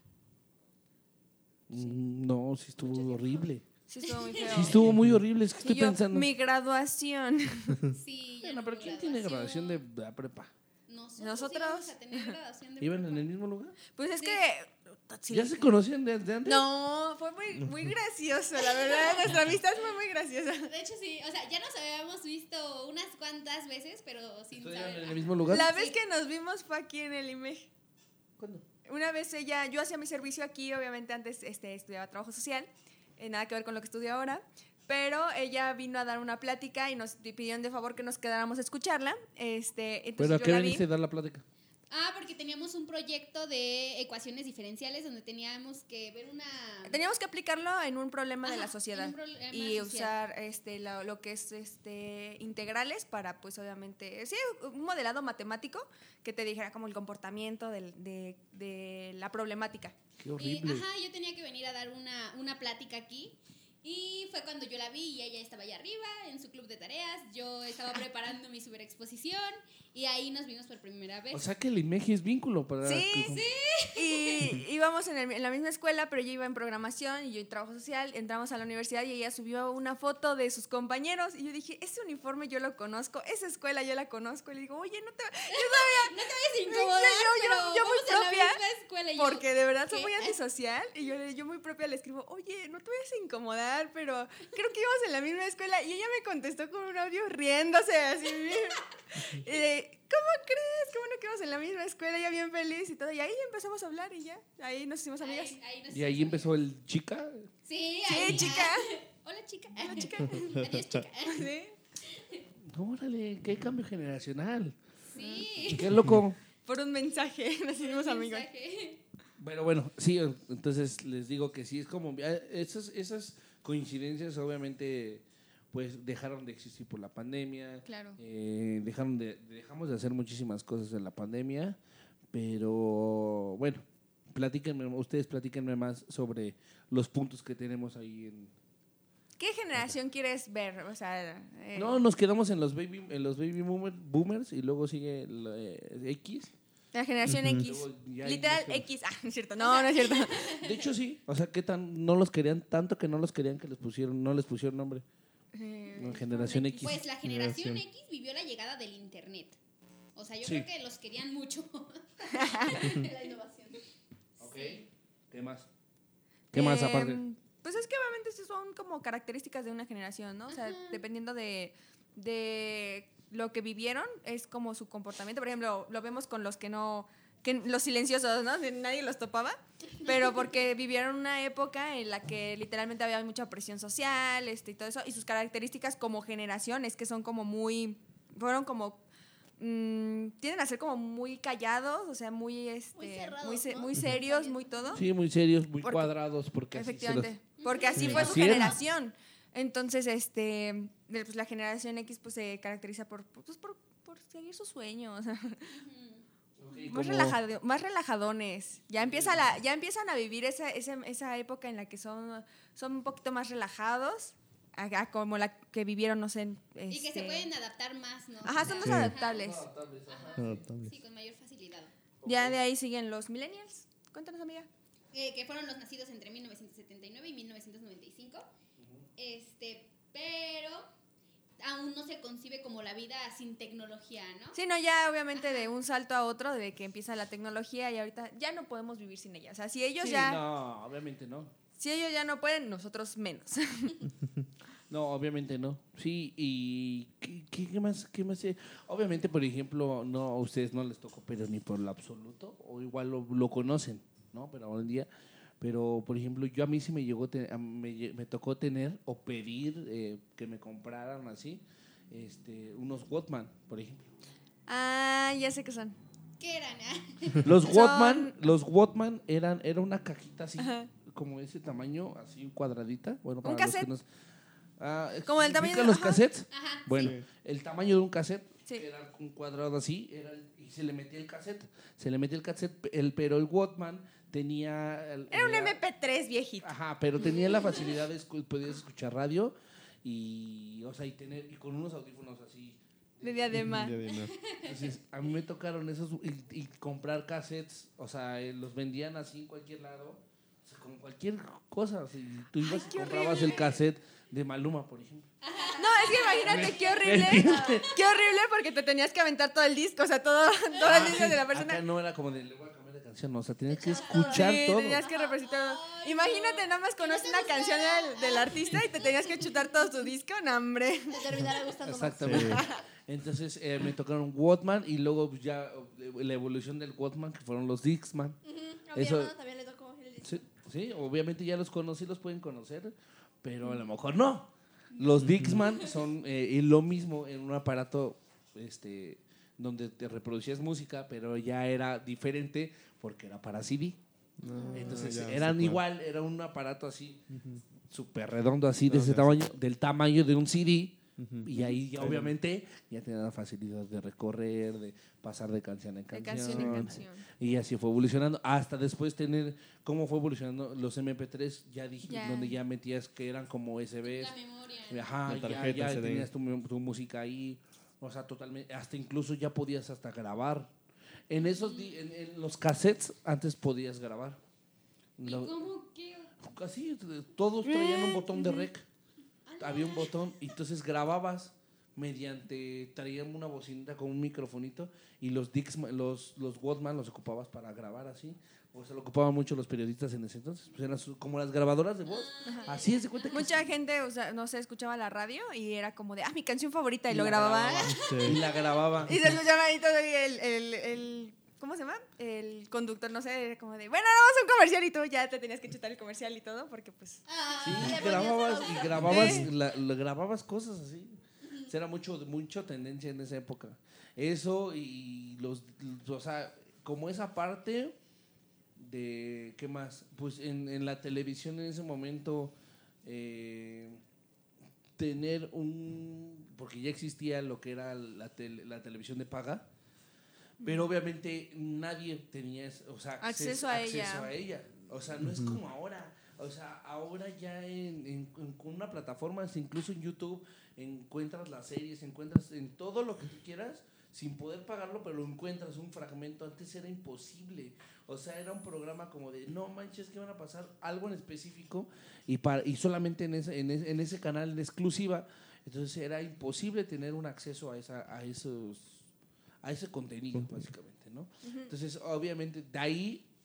[SPEAKER 2] Mm, No, sí estuvo horrible.
[SPEAKER 1] Sí, estuvo muy feo.
[SPEAKER 2] Sí estuvo muy horrible, es que
[SPEAKER 1] Y
[SPEAKER 2] estoy
[SPEAKER 1] yo,
[SPEAKER 2] pensando.
[SPEAKER 1] mi graduación.
[SPEAKER 3] Sí, ya
[SPEAKER 2] Bueno,
[SPEAKER 3] no
[SPEAKER 2] pero
[SPEAKER 3] hubo
[SPEAKER 2] ¿quién tiene graduación de la prepa?
[SPEAKER 3] Nosotros,
[SPEAKER 1] Nosotros.
[SPEAKER 3] íbamos a tener graduación de
[SPEAKER 2] ¿Iban
[SPEAKER 3] prepa.
[SPEAKER 2] en el mismo lugar?
[SPEAKER 1] Pues es
[SPEAKER 3] Sí.
[SPEAKER 1] que. sí,
[SPEAKER 2] ¿Ya se conocían desde antes?
[SPEAKER 1] No, fue muy, muy gracioso, la verdad. Nuestra amistad fue muy graciosa.
[SPEAKER 3] De hecho, sí, o sea, ya nos habíamos visto unas cuantas veces, pero sin
[SPEAKER 2] ¿Estuvieron
[SPEAKER 3] saber.
[SPEAKER 2] en el mismo lugar?
[SPEAKER 1] La vez que nos vimos fue aquí en el I M E G.
[SPEAKER 2] ¿Cuándo?
[SPEAKER 1] Una vez ella, yo hacía mi servicio aquí, obviamente antes este, estudiaba trabajo social, eh, nada que ver con lo que estudio ahora, pero ella vino a dar una plática y nos pidieron de favor que nos quedáramos a escucharla. Este, entonces
[SPEAKER 2] ¿Pero a
[SPEAKER 1] yo
[SPEAKER 2] qué
[SPEAKER 1] la vi.
[SPEAKER 2] veniste a dar la plática?
[SPEAKER 3] Ah, porque teníamos un proyecto de ecuaciones diferenciales donde teníamos que ver una...
[SPEAKER 1] Teníamos que aplicarlo en un problema de
[SPEAKER 3] Ajá,
[SPEAKER 1] la
[SPEAKER 3] en
[SPEAKER 1] sociedad
[SPEAKER 3] un problema
[SPEAKER 1] y
[SPEAKER 3] social.
[SPEAKER 1] usar este lo, lo que es este integrales para pues obviamente sí un modelado matemático que te dijera como el comportamiento del- de, de la problemática.
[SPEAKER 2] Qué
[SPEAKER 3] Y,
[SPEAKER 2] horrible.
[SPEAKER 3] ajá, yo tenía que venir a dar una, una plática aquí. Y fue cuando yo la vi y ella estaba allá arriba en su club de tareas. Yo estaba preparando mi super exposición y ahí nos vimos por primera vez.
[SPEAKER 2] O sea que el I M E G es vínculo para...
[SPEAKER 1] Sí,
[SPEAKER 2] tu-
[SPEAKER 1] Y íbamos en, el- en la misma escuela, pero yo iba en programación y yo en trabajo social. Entramos a la universidad y ella subió una foto de sus compañeros. Y yo dije, ese uniforme yo lo conozco, esa escuela yo la conozco. Y le digo, oye, no te...
[SPEAKER 3] no te vayas a incomodar,
[SPEAKER 1] yo- yo-
[SPEAKER 3] pero
[SPEAKER 1] yo muy
[SPEAKER 3] vamos a la
[SPEAKER 1] propia,
[SPEAKER 3] misma escuela. Y yo,
[SPEAKER 1] Porque de verdad soy
[SPEAKER 3] ¿qué?
[SPEAKER 1] muy antisocial. Y yo, le- yo muy propia le escribo, oye, no te vayas a incomodar, pero creo que íbamos en la misma escuela. Y ella me contestó con un audio riéndose así. Y de, ¿cómo crees? Qué bueno que íbamos en la misma escuela, ella bien feliz y todo. Y ahí empezamos a hablar y ya, ahí nos hicimos amigas.
[SPEAKER 3] Ahí- ahí nos
[SPEAKER 2] Y ahí
[SPEAKER 3] hicimos
[SPEAKER 2] empezó el chica.
[SPEAKER 3] amigas. Sí,
[SPEAKER 1] Sí,
[SPEAKER 3] ahí-
[SPEAKER 1] chica.
[SPEAKER 3] Hola, chica.
[SPEAKER 1] Hola, chica.
[SPEAKER 3] Adiós, chica.
[SPEAKER 1] Sí.
[SPEAKER 2] Órale, qué cambio generacional.
[SPEAKER 3] Sí.
[SPEAKER 2] Qué loco.
[SPEAKER 1] Por un mensaje nos hicimos
[SPEAKER 3] Un
[SPEAKER 1] amigos.
[SPEAKER 3] mensaje.
[SPEAKER 2] Bueno, bueno, sí, entonces les digo que sí, es como, eh, esas, esas coincidencias obviamente pues dejaron de existir por la pandemia,
[SPEAKER 1] Claro.
[SPEAKER 2] eh, dejaron de, dejamos de hacer muchísimas cosas en la pandemia, pero bueno, platíquenme, ustedes platíquenme más sobre los puntos que tenemos ahí en...
[SPEAKER 1] ¿Qué generación quieres ver? O sea, eh,
[SPEAKER 2] No, nos quedamos en los baby, en los baby boomer- boomers y luego sigue el, eh, X.
[SPEAKER 1] la generación
[SPEAKER 2] Y
[SPEAKER 1] X.
[SPEAKER 2] luego ya
[SPEAKER 1] Literal
[SPEAKER 2] ingresamos.
[SPEAKER 1] X. Ah, no es cierto. No, no es cierto.
[SPEAKER 2] De hecho sí, o sea, ¿qué tan no los querían tanto que no los querían que les pusieron, no les pusieron nombre?
[SPEAKER 1] Eh,
[SPEAKER 2] No, generación X.
[SPEAKER 3] Pues la generación
[SPEAKER 5] Generación.
[SPEAKER 3] X vivió la llegada del internet. O sea, yo
[SPEAKER 2] Sí.
[SPEAKER 3] creo que los querían mucho.
[SPEAKER 4] La innovación.
[SPEAKER 2] Ok. ¿Qué más?
[SPEAKER 1] Eh,
[SPEAKER 2] ¿Qué más
[SPEAKER 1] Em,
[SPEAKER 2] aparte?
[SPEAKER 1] Pues es que obviamente sí son como características de una generación, ¿no? O sea, dependiendo de, de lo que vivieron, es como su comportamiento. Por ejemplo, lo vemos con los que no, que los silenciosos, ¿no? Nadie los topaba, pero porque vivieron una época en la que literalmente había mucha presión social, este, y todo eso, y sus características como generación es que son como muy, fueron como Mm, tienden a ser como muy callados, o sea, muy este,
[SPEAKER 4] Muy cerrados,
[SPEAKER 1] muy, se-
[SPEAKER 4] ¿no?
[SPEAKER 1] muy serios, muy todo.
[SPEAKER 2] Sí, muy serios, muy
[SPEAKER 1] Porque-
[SPEAKER 2] cuadrados, porque así se los-
[SPEAKER 1] Efectivamente, porque así
[SPEAKER 2] Sí.
[SPEAKER 1] fue su
[SPEAKER 2] Así era.
[SPEAKER 1] generación. Entonces, este, de- pues la generación X pues se caracteriza por, pues, por, por seguir sus sueños,
[SPEAKER 2] Ok,
[SPEAKER 1] más,
[SPEAKER 2] como-
[SPEAKER 1] relajado- más relajadones. Ya empieza la, ya empiezan a vivir esa, esa, esa época en la que son, son un poquito más relajados, a, a como la que vivieron, no sé.
[SPEAKER 3] Y que se
[SPEAKER 1] este-
[SPEAKER 3] pueden adaptar más, ¿no?
[SPEAKER 1] Ajá,
[SPEAKER 3] O
[SPEAKER 1] son más
[SPEAKER 5] Sí.
[SPEAKER 1] adaptables.
[SPEAKER 5] Adaptables.
[SPEAKER 3] Sí, con mayor facilidad.
[SPEAKER 1] Ya de ahí siguen los millennials. Cuéntanos, amiga.
[SPEAKER 3] Eh, que fueron los nacidos entre mil novecientos setenta y nueve y mil novecientos noventa y cinco. Este, pero aún no se concibe como la vida sin tecnología, ¿no?
[SPEAKER 1] Sí, no, ya obviamente de un salto a otro, de que empieza la tecnología y ahorita ya no podemos vivir sin ella. O sea, si ellos
[SPEAKER 2] Sí,
[SPEAKER 1] ya,
[SPEAKER 2] no, obviamente no.
[SPEAKER 1] si ellos ya no pueden, nosotros menos.
[SPEAKER 2] No, obviamente no. Sí, y ¿qué, qué- qué más? ¿Qué más? sé? Obviamente, por ejemplo, no a ustedes no les tocó, pero ni por lo absoluto, o igual lo, lo conocen, ¿no? Pero hoy en día, pero por ejemplo, yo a mí sí me llegó, te- a- me, lle- me tocó tener o pedir eh, que me compraran así, este, unos Walkman, por ejemplo.
[SPEAKER 1] Ah, ya sé qué son.
[SPEAKER 3] ¿Qué eran? ah?
[SPEAKER 2] Los
[SPEAKER 1] Son-
[SPEAKER 2] Walkman, los Walkman eran, era una cajita así,
[SPEAKER 1] Ajá.
[SPEAKER 2] como de ese tamaño, así cuadradita. Bueno,
[SPEAKER 1] Un
[SPEAKER 2] para los que
[SPEAKER 1] cassette.
[SPEAKER 2] nos- Ah,
[SPEAKER 1] Como el tamaño
[SPEAKER 2] ¿ubican
[SPEAKER 1] de-
[SPEAKER 2] los
[SPEAKER 1] ajá.
[SPEAKER 2] cassettes?
[SPEAKER 3] Ajá.
[SPEAKER 2] Bueno,
[SPEAKER 5] Sí.
[SPEAKER 2] el tamaño de un cassette,
[SPEAKER 1] Sí.
[SPEAKER 2] que era un cuadrado así, era el- y se le metía el cassette. Se le metía el cassette, el, pero el Walkman tenía... el-
[SPEAKER 1] Era un
[SPEAKER 2] la-
[SPEAKER 1] eme pe tres viejito.
[SPEAKER 2] Ajá, pero tenía la facilidad de escu- podías escuchar radio y, o sea, y tener, y con unos audífonos así.
[SPEAKER 1] De diadema.
[SPEAKER 5] Diadema.
[SPEAKER 2] Entonces, a mí me tocaron esos y, y comprar cassettes, o sea, eh, los vendían así en cualquier lado, o sea, con cualquier cosa. Si tú ibas y
[SPEAKER 1] qué
[SPEAKER 2] comprabas el cassette de Maluma, por ejemplo.
[SPEAKER 1] No, es que imagínate qué horrible. Qué horrible porque te tenías que aventar todo el disco, o sea, todo, todo el disco de la
[SPEAKER 2] Acá
[SPEAKER 1] persona.
[SPEAKER 2] no era como de le voy a cambiar de canción, no, o sea, tenías que escuchar
[SPEAKER 1] Sí,
[SPEAKER 2] todo.
[SPEAKER 1] tenías que representar. Imagínate, nada más conoces una canción del, del artista y te tenías que chutar todo su disco, no, hombre.
[SPEAKER 4] Te terminará gustando más.
[SPEAKER 2] Exactamente. Entonces eh, me tocaron Walkman y luego pues, ya eh, la evolución del Walkman, que fueron los Dixman.
[SPEAKER 4] Ujú, a mi
[SPEAKER 2] Eso-
[SPEAKER 4] hermano también le tocó el disco.
[SPEAKER 2] Sí, sí, obviamente ya los conocí, los pueden conocer, pero a lo mejor no. Los Dixman son eh, lo mismo en un aparato este, donde te reproducías música, pero ya era diferente porque era para C D. Entonces
[SPEAKER 5] ya,
[SPEAKER 2] eran
[SPEAKER 5] sí, claro.
[SPEAKER 2] igual, era un aparato así, súper redondo, así, de
[SPEAKER 5] No,
[SPEAKER 2] ese
[SPEAKER 5] ya,
[SPEAKER 2] tamaño, del tamaño de un C D.
[SPEAKER 5] Ujú.
[SPEAKER 2] Y ahí ya obviamente ya tenía la facilidad de recorrer, de pasar de canción en
[SPEAKER 1] De
[SPEAKER 2] canción.
[SPEAKER 1] canción en canción.
[SPEAKER 2] Y así fue evolucionando, hasta después tener, cómo fue evolucionando los eme pe tres, ya dije,
[SPEAKER 1] Ya.
[SPEAKER 2] donde ya metías que eran como ese be
[SPEAKER 3] La memoria.
[SPEAKER 2] Ajá,
[SPEAKER 5] La
[SPEAKER 2] ya,
[SPEAKER 5] tarjeta,
[SPEAKER 2] ya
[SPEAKER 5] C D.
[SPEAKER 2] tenías tu, mu- tu música ahí, o sea, totalmente, hasta incluso ya podías hasta grabar. En esos, di- en, en los cassettes antes podías grabar.
[SPEAKER 3] ¿Y
[SPEAKER 2] Lo-
[SPEAKER 3] cómo qué?
[SPEAKER 2] Así, todos traían un botón de rec. Había un botón y entonces grababas mediante, traían una bocinita con un microfonito y los Dixman, los, los Walkman los ocupabas para grabar así. O se lo ocupaban mucho los periodistas en ese entonces. Pues eran su- como las grabadoras de voz. Así es de cuenta que
[SPEAKER 1] Mucha gente, o sea, no sé, escuchaba la radio y era como de, ah, mi canción favorita, y,
[SPEAKER 2] Y
[SPEAKER 1] lo
[SPEAKER 2] la
[SPEAKER 1] grababan.
[SPEAKER 2] grababa.
[SPEAKER 5] Sí.
[SPEAKER 2] Y la grababa.
[SPEAKER 1] Y se escuchaba ahí todo y el, el, el, ¿cómo se llama? El conductor, no sé, era como de, bueno, ahora vamos a un comercial y tú ya te tenías que chutar el comercial y todo porque pues...
[SPEAKER 3] Ah,
[SPEAKER 2] Sí,
[SPEAKER 4] le ponías
[SPEAKER 2] grababas
[SPEAKER 4] el
[SPEAKER 2] y
[SPEAKER 4] audio.
[SPEAKER 2] grababas,
[SPEAKER 1] Sí.
[SPEAKER 2] la- la- grababas cosas así. O sea, era mucho, mucho tendencia en esa época. Eso y los, o sea, como esa parte de, ¿qué más? Pues en, en la televisión en ese momento, eh, tener un, porque ya existía lo que era la, tele- la televisión de paga, pero obviamente nadie tenía, es- o sea,
[SPEAKER 1] Acceso a ella.
[SPEAKER 2] acceso a ella. O sea, no es como ahora. O sea, ahora ya en, en- en- con una plataforma, incluso en YouTube, encuentras las series, encuentras en todo lo que tú quieras, sin poder pagarlo, pero encuentras un fragmento. Antes era imposible. O sea, era un programa como de, no manches, que van a pasar algo en específico y, para, y solamente en ese, en, ese, en ese canal en exclusiva. Entonces era imposible tener un acceso a, esa, a, esos, a ese contenido, básicamente, ¿no? Entonces, obviamente, de ahí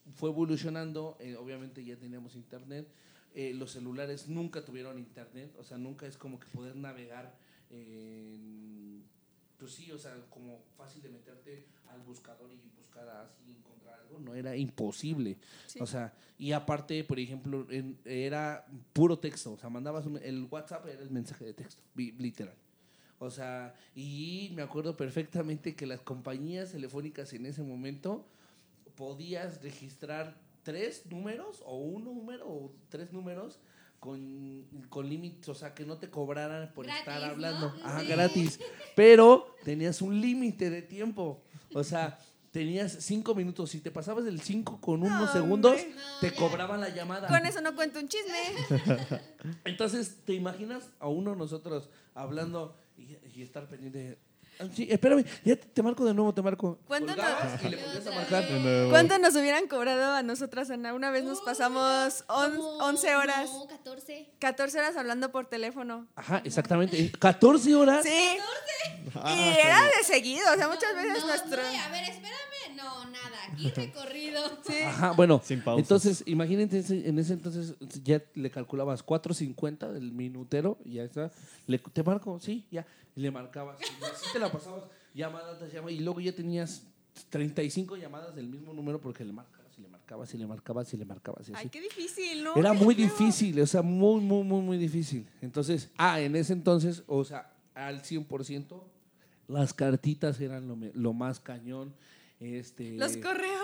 [SPEAKER 2] fue evolucionando, eh, obviamente ya teníamos internet, eh, los celulares nunca tuvieron internet, o sea, nunca es como que poder navegar, eh, pues sí, o sea, como fácil de meterte al buscador y buscar así, encontrar algo, no, era imposible,
[SPEAKER 1] Sí.
[SPEAKER 2] o sea, y aparte, por ejemplo, en, era puro texto, o sea, mandabas, un, el WhatsApp era el mensaje de texto, literal. O sea, y me acuerdo perfectamente que las compañías telefónicas en ese momento podías registrar tres números o un número o tres números con, con límites, o sea, que no te cobraran por
[SPEAKER 3] Gratis,
[SPEAKER 2] estar
[SPEAKER 3] ¿no?
[SPEAKER 2] hablando. Ajá,
[SPEAKER 3] Sí.
[SPEAKER 2] gratis. Pero tenías un límite de tiempo. O sea, tenías cinco minutos. Si te pasabas del cinco con
[SPEAKER 1] No,
[SPEAKER 2] unos segundos,
[SPEAKER 1] hombre.
[SPEAKER 3] No,
[SPEAKER 2] te
[SPEAKER 3] ya.
[SPEAKER 2] cobraban la llamada.
[SPEAKER 1] Con eso no cuento un chisme.
[SPEAKER 2] Entonces, ¿te imaginas a uno nosotros hablando y, y estar pendiente de, ah, sí, espérame, ya te, te marco de nuevo, te marco.
[SPEAKER 1] ¿Cuánto
[SPEAKER 2] Colgabas
[SPEAKER 1] no-
[SPEAKER 2] y le
[SPEAKER 3] Y
[SPEAKER 2] volvías a
[SPEAKER 3] otra
[SPEAKER 2] marcar.
[SPEAKER 3] vez.
[SPEAKER 5] De nuevo.
[SPEAKER 1] ¿Cuánto nos hubieran cobrado a nosotras, Ana? Una vez nos
[SPEAKER 3] Uy,
[SPEAKER 1] pasamos on-
[SPEAKER 3] como-
[SPEAKER 1] once horas,
[SPEAKER 3] No, catorce.
[SPEAKER 1] catorce horas hablando por teléfono.
[SPEAKER 2] Ajá, exactamente. catorce horas.
[SPEAKER 1] Sí.
[SPEAKER 5] Ah,
[SPEAKER 1] Y era de seguido, o sea, muchas veces
[SPEAKER 3] no,
[SPEAKER 1] nuestro...
[SPEAKER 3] No, a ver, espérame. No, nada. Aquí recorrido.
[SPEAKER 1] Sí.
[SPEAKER 2] Ajá, bueno.
[SPEAKER 5] Sin pausas.
[SPEAKER 2] Entonces, imagínate, ese- en ese entonces ya le calculabas cuatro cincuenta del minutero y ya está. Le, te marco, sí, ya. Y le marcabas. Y así te la pasabas. Llamadas, te llamadas. Y luego ya tenías treinta y cinco llamadas del mismo número porque le marcabas y le marcabas y le marcabas y le marcabas. Y así.
[SPEAKER 1] Ay, qué difícil, ¿no?
[SPEAKER 2] Era
[SPEAKER 1] Qué
[SPEAKER 2] muy
[SPEAKER 1] feo.
[SPEAKER 2] difícil, o sea, muy, muy, muy, muy difícil. Entonces, ah, en ese entonces, o sea, al cien por ciento, las cartitas eran lo, me- lo más cañón. Este,
[SPEAKER 1] Los correos.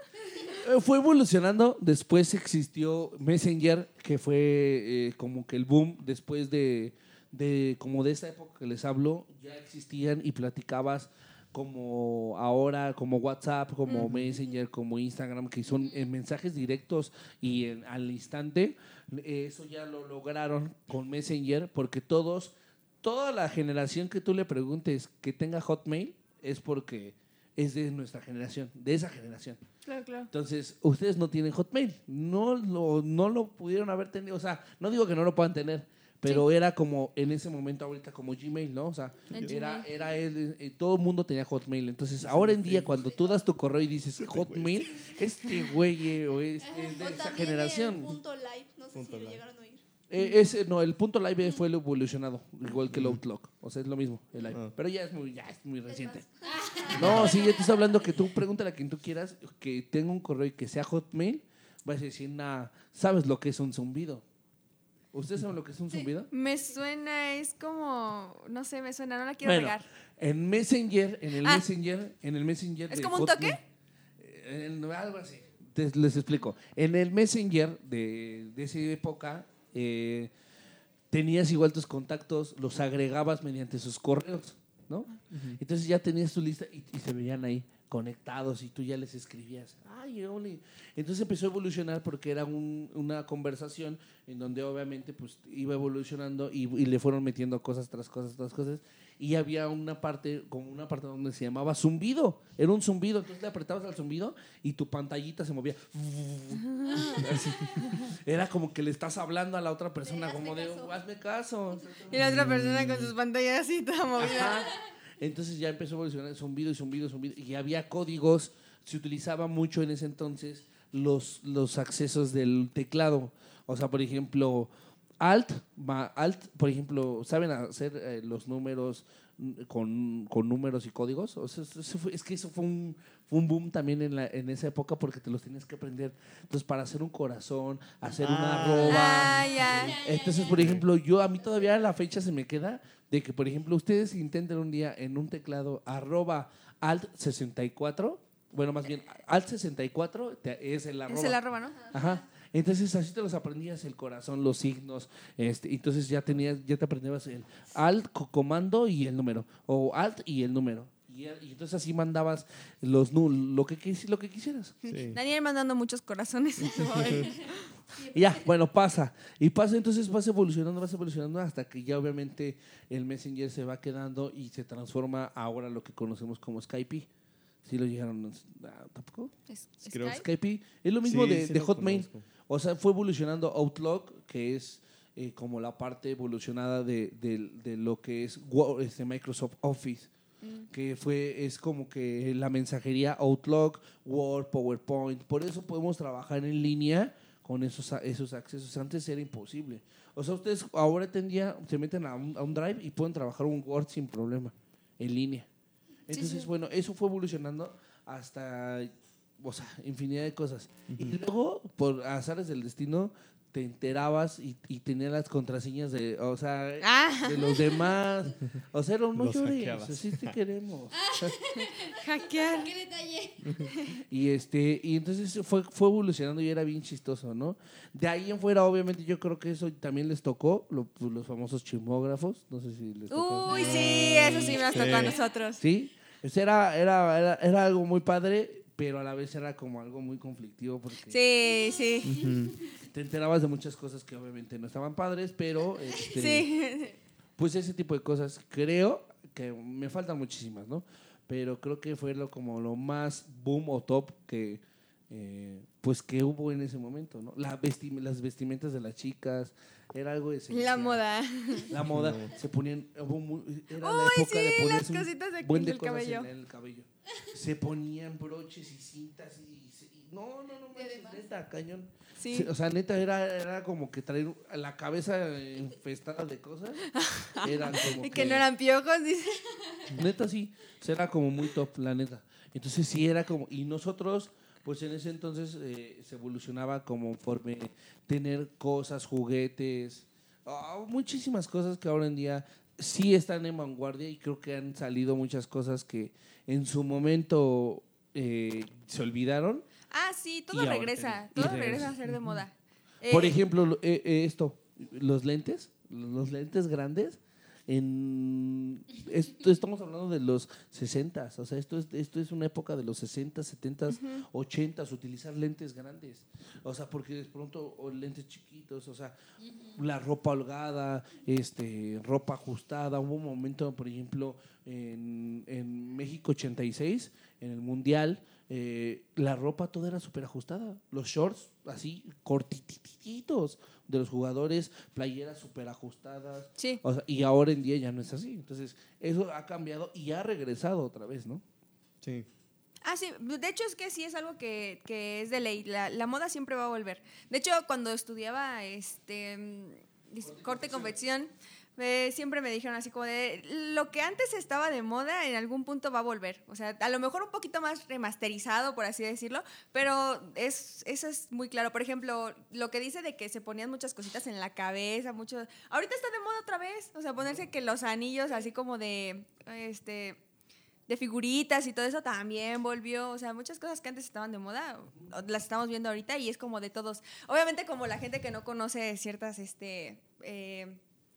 [SPEAKER 2] eh, fue evolucionando, después existió Messenger, que fue eh, como que el boom, después de, de, como de esta época que les hablo, ya existían y platicabas como ahora, como WhatsApp, como
[SPEAKER 1] Ujú.
[SPEAKER 2] Messenger, como Instagram, que son eh, mensajes directos y en- al instante. Eh, Eso ya lo lograron con Messenger, porque todos, toda la generación que tú le preguntes que tenga Hotmail es porque es de nuestra generación, de esa generación.
[SPEAKER 1] Claro, claro.
[SPEAKER 2] Entonces, ustedes no tienen Hotmail, no lo, no lo pudieron haber tenido, o sea, no digo que no lo puedan tener, pero era como en ese momento ahorita como Gmail, ¿no? O sea,
[SPEAKER 1] El
[SPEAKER 2] era,
[SPEAKER 1] Gmail.
[SPEAKER 2] era el- eh, todo el mundo tenía Hotmail. Entonces, ahora en día cuando tú das tu correo y dices Hotmail, este güey eh, o es, es de
[SPEAKER 4] O
[SPEAKER 2] esa
[SPEAKER 4] también
[SPEAKER 2] generación.
[SPEAKER 4] el punto live, no sé
[SPEAKER 5] Punto
[SPEAKER 4] si lo
[SPEAKER 5] live.
[SPEAKER 4] llegaron a oír.
[SPEAKER 2] Eh, ese, no, el punto live fue lo evolucionado, igual que el Outlook. O sea, es lo mismo, el live.
[SPEAKER 5] Ah.
[SPEAKER 2] Pero ya es muy, ya es muy reciente.
[SPEAKER 4] más.
[SPEAKER 2] No, sí, ya te estoy hablando que tú pregúntale a quien tú quieras que tenga un correo y que sea Hotmail, vas a decir, nah, ¿sabes lo que es un zumbido? ¿Ustedes saben lo que es un zumbido?
[SPEAKER 1] Me suena, es como, no sé, me suena, no la quiero
[SPEAKER 2] Bueno,
[SPEAKER 1] pegar.
[SPEAKER 2] en Messenger, en el
[SPEAKER 1] Ah.
[SPEAKER 2] Messenger, en el Messenger
[SPEAKER 1] ¿Es
[SPEAKER 2] de
[SPEAKER 1] como un
[SPEAKER 2] Hotmail,
[SPEAKER 1] toque?
[SPEAKER 2] eh, en- algo así. Te- les explico. En el Messenger de, de esa época, eh, tenías igual tus contactos, los agregabas mediante sus correos, ¿no? Entonces ya tenías tu lista y, y se veían ahí conectados y tú ya les escribías. Ay, ole. Entonces empezó a evolucionar porque era un- una conversación en donde obviamente pues iba evolucionando y, y le fueron metiendo cosas tras cosas tras cosas y había una parte, como una parte donde se llamaba zumbido. Era un zumbido, entonces le apretabas al zumbido y tu pantallita se movía. Así. Era como que le estás hablando a la otra persona,
[SPEAKER 4] Sí, hazme
[SPEAKER 2] como de,
[SPEAKER 4] caso.
[SPEAKER 2] hazme caso.
[SPEAKER 1] Y la otra persona con sus pantallas así toda movida.
[SPEAKER 2] Ajá. Entonces ya empezó a evolucionar zumbido y zumbido, zumbido. Y había códigos. Se utilizaba mucho en ese entonces los, los accesos del teclado. O sea, por ejemplo, Alt, ma- Alt, por ejemplo, ¿saben hacer eh, los números mm, con, con números y códigos? O sea, eso fue- es que eso fue un, fue un boom también en, la, en esa época porque te los tenías que aprender. Entonces, para hacer un corazón, hacer una
[SPEAKER 5] Ah.
[SPEAKER 2] arroba.
[SPEAKER 1] Ah, ya.
[SPEAKER 2] Entonces, por ejemplo, yo a mí todavía la fecha se me queda de que, por ejemplo, ustedes intenten un día en un teclado arroba alt sesenta y cuatro, bueno, más bien alt sesenta y cuatro te- es el arroba.
[SPEAKER 1] Es el arroba, ¿no?
[SPEAKER 2] Ajá. Entonces así te los aprendías, el corazón, los signos, este, entonces ya tenías, ya te aprendías el alt co- comando y el número, o alt y el número. Y, y entonces así mandabas los nu- lo que quis- lo que quisieras.
[SPEAKER 5] Sí.
[SPEAKER 1] Daniel mandando muchos corazones en su móvil.
[SPEAKER 2] Y ya, bueno, pasa. Y pasa, entonces vas evolucionando, vas evolucionando hasta que ya obviamente el Messenger se va quedando y se transforma ahora lo que conocemos como Skype. ¿Sí lo llegaron? Ah, ¿Tampoco?
[SPEAKER 1] Es-
[SPEAKER 5] Creo-
[SPEAKER 1] Skype.
[SPEAKER 2] Skype. Es lo mismo
[SPEAKER 5] Sí,
[SPEAKER 2] de,
[SPEAKER 5] sí
[SPEAKER 2] de
[SPEAKER 5] lo
[SPEAKER 2] Hotmail.
[SPEAKER 5] conozco.
[SPEAKER 2] O sea, fue evolucionando Outlook, que es eh, como la parte evolucionada de, de- de lo que es Wo- este Microsoft Office.
[SPEAKER 1] Mm.
[SPEAKER 2] Que fue, es como que la mensajería Outlook, Word, PowerPoint. Por eso podemos trabajar en línea con esos, esos accesos. Antes era imposible. O sea, ustedes ahora en día se meten a un, a un Drive y pueden trabajar un Word sin problema, en línea. Entonces,
[SPEAKER 1] Sí, sí.
[SPEAKER 2] bueno, eso fue evolucionando hasta, o sea, infinidad de cosas. Y luego, por azares del destino, te enterabas y, y tenías las contraseñas de, o sea,
[SPEAKER 1] Ah.
[SPEAKER 2] de los demás. O sea, no, no
[SPEAKER 5] Los
[SPEAKER 2] llores,
[SPEAKER 5] hackeabas.
[SPEAKER 2] así te queremos.
[SPEAKER 1] Hackear.
[SPEAKER 3] ¿Qué detalle?
[SPEAKER 2] Y este, y entonces fue, fue evolucionando y era bien chistoso, ¿no? De ahí en fuera, obviamente, yo creo que eso también les tocó, lo- pues, los famosos chismógrafos. No sé si les tocó.
[SPEAKER 1] Uy, sí, eso sí nos
[SPEAKER 5] Sí.
[SPEAKER 1] tocó a nosotros.
[SPEAKER 2] Sí, pues era, era, era, era algo muy padre, pero a la vez era como algo muy conflictivo porque
[SPEAKER 1] Sí, sí.
[SPEAKER 2] te enterabas de muchas cosas que obviamente no estaban padres, pero este,
[SPEAKER 1] Sí.
[SPEAKER 2] pues ese tipo de cosas creo que me faltan muchísimas, ¿no? Pero creo que fue lo, como lo más boom o top que eh, pues que hubo en ese momento, ¿no? La vesti las vestimentas de las chicas era algo esencial.
[SPEAKER 1] La moda.
[SPEAKER 2] La moda se ponían hubo muy- era la
[SPEAKER 1] Uy,
[SPEAKER 2] época
[SPEAKER 1] sí,
[SPEAKER 2] de
[SPEAKER 1] las
[SPEAKER 2] ponerse un
[SPEAKER 1] cositas de-
[SPEAKER 2] buen de
[SPEAKER 1] del
[SPEAKER 2] cosas
[SPEAKER 1] cabello.
[SPEAKER 2] en el cabello. Se ponían broches y cintas y, y- no, no, no, manches, neta, cañón.
[SPEAKER 1] Sí.
[SPEAKER 2] Sí, o sea, neta era, era como que traer la cabeza infestada de cosas. Eran como
[SPEAKER 1] Y que no eran piojos, dice.
[SPEAKER 2] Neta, sí. O sea, era como muy top, la neta. Entonces, sí, era como. Y nosotros, pues en ese entonces eh, se evolucionaba como conforme tener cosas, juguetes, ah, muchísimas cosas que ahora en día sí están en vanguardia y creo que han salido muchas cosas que en su momento eh, se olvidaron.
[SPEAKER 1] Ah, sí, todo
[SPEAKER 2] Y ahora
[SPEAKER 1] regresa.
[SPEAKER 2] tenemos- y
[SPEAKER 1] Todo
[SPEAKER 2] regresa.
[SPEAKER 1] regresa a ser de moda.
[SPEAKER 2] Por
[SPEAKER 1] Eh,
[SPEAKER 2] ejemplo, lo- eh, eh, esto, los lentes, los lentes grandes. En, esto, estamos hablando de los sesentas, o sea, esto es, esto es una época de los sesentas, setentas, ochentas, utilizar lentes grandes, o sea, porque de pronto, o lentes chiquitos, o sea, la ropa holgada, este, ropa ajustada. Hubo un momento, por ejemplo, en, en México ochenta y seis, en el Mundial, eh, la ropa toda era súper ajustada. Los shorts así cortititos de los jugadores, playeras súper ajustadas.
[SPEAKER 1] Sí.
[SPEAKER 2] O sea, y ahora en día ya no es así. Entonces, eso ha cambiado y ha regresado otra vez, ¿no?
[SPEAKER 5] Sí.
[SPEAKER 1] Ah, sí, de hecho es que sí es algo que, que es de ley. La, la moda siempre va a volver. De hecho, cuando estudiaba este mm, dis- corte y confección, eh, siempre me dijeron así como de lo que antes estaba de moda en algún punto va a volver. O sea, a lo mejor un poquito más remasterizado, por así decirlo, pero es, eso es muy claro. Por ejemplo, lo que dice de que se ponían muchas cositas en la cabeza, mucho. Ahorita está de moda otra vez. O sea, ponerse que los anillos así como de este de figuritas y todo eso también volvió. O sea, muchas cosas que antes estaban de moda las estamos viendo ahorita y es como de todos. Obviamente como la gente que no conoce ciertas este eh,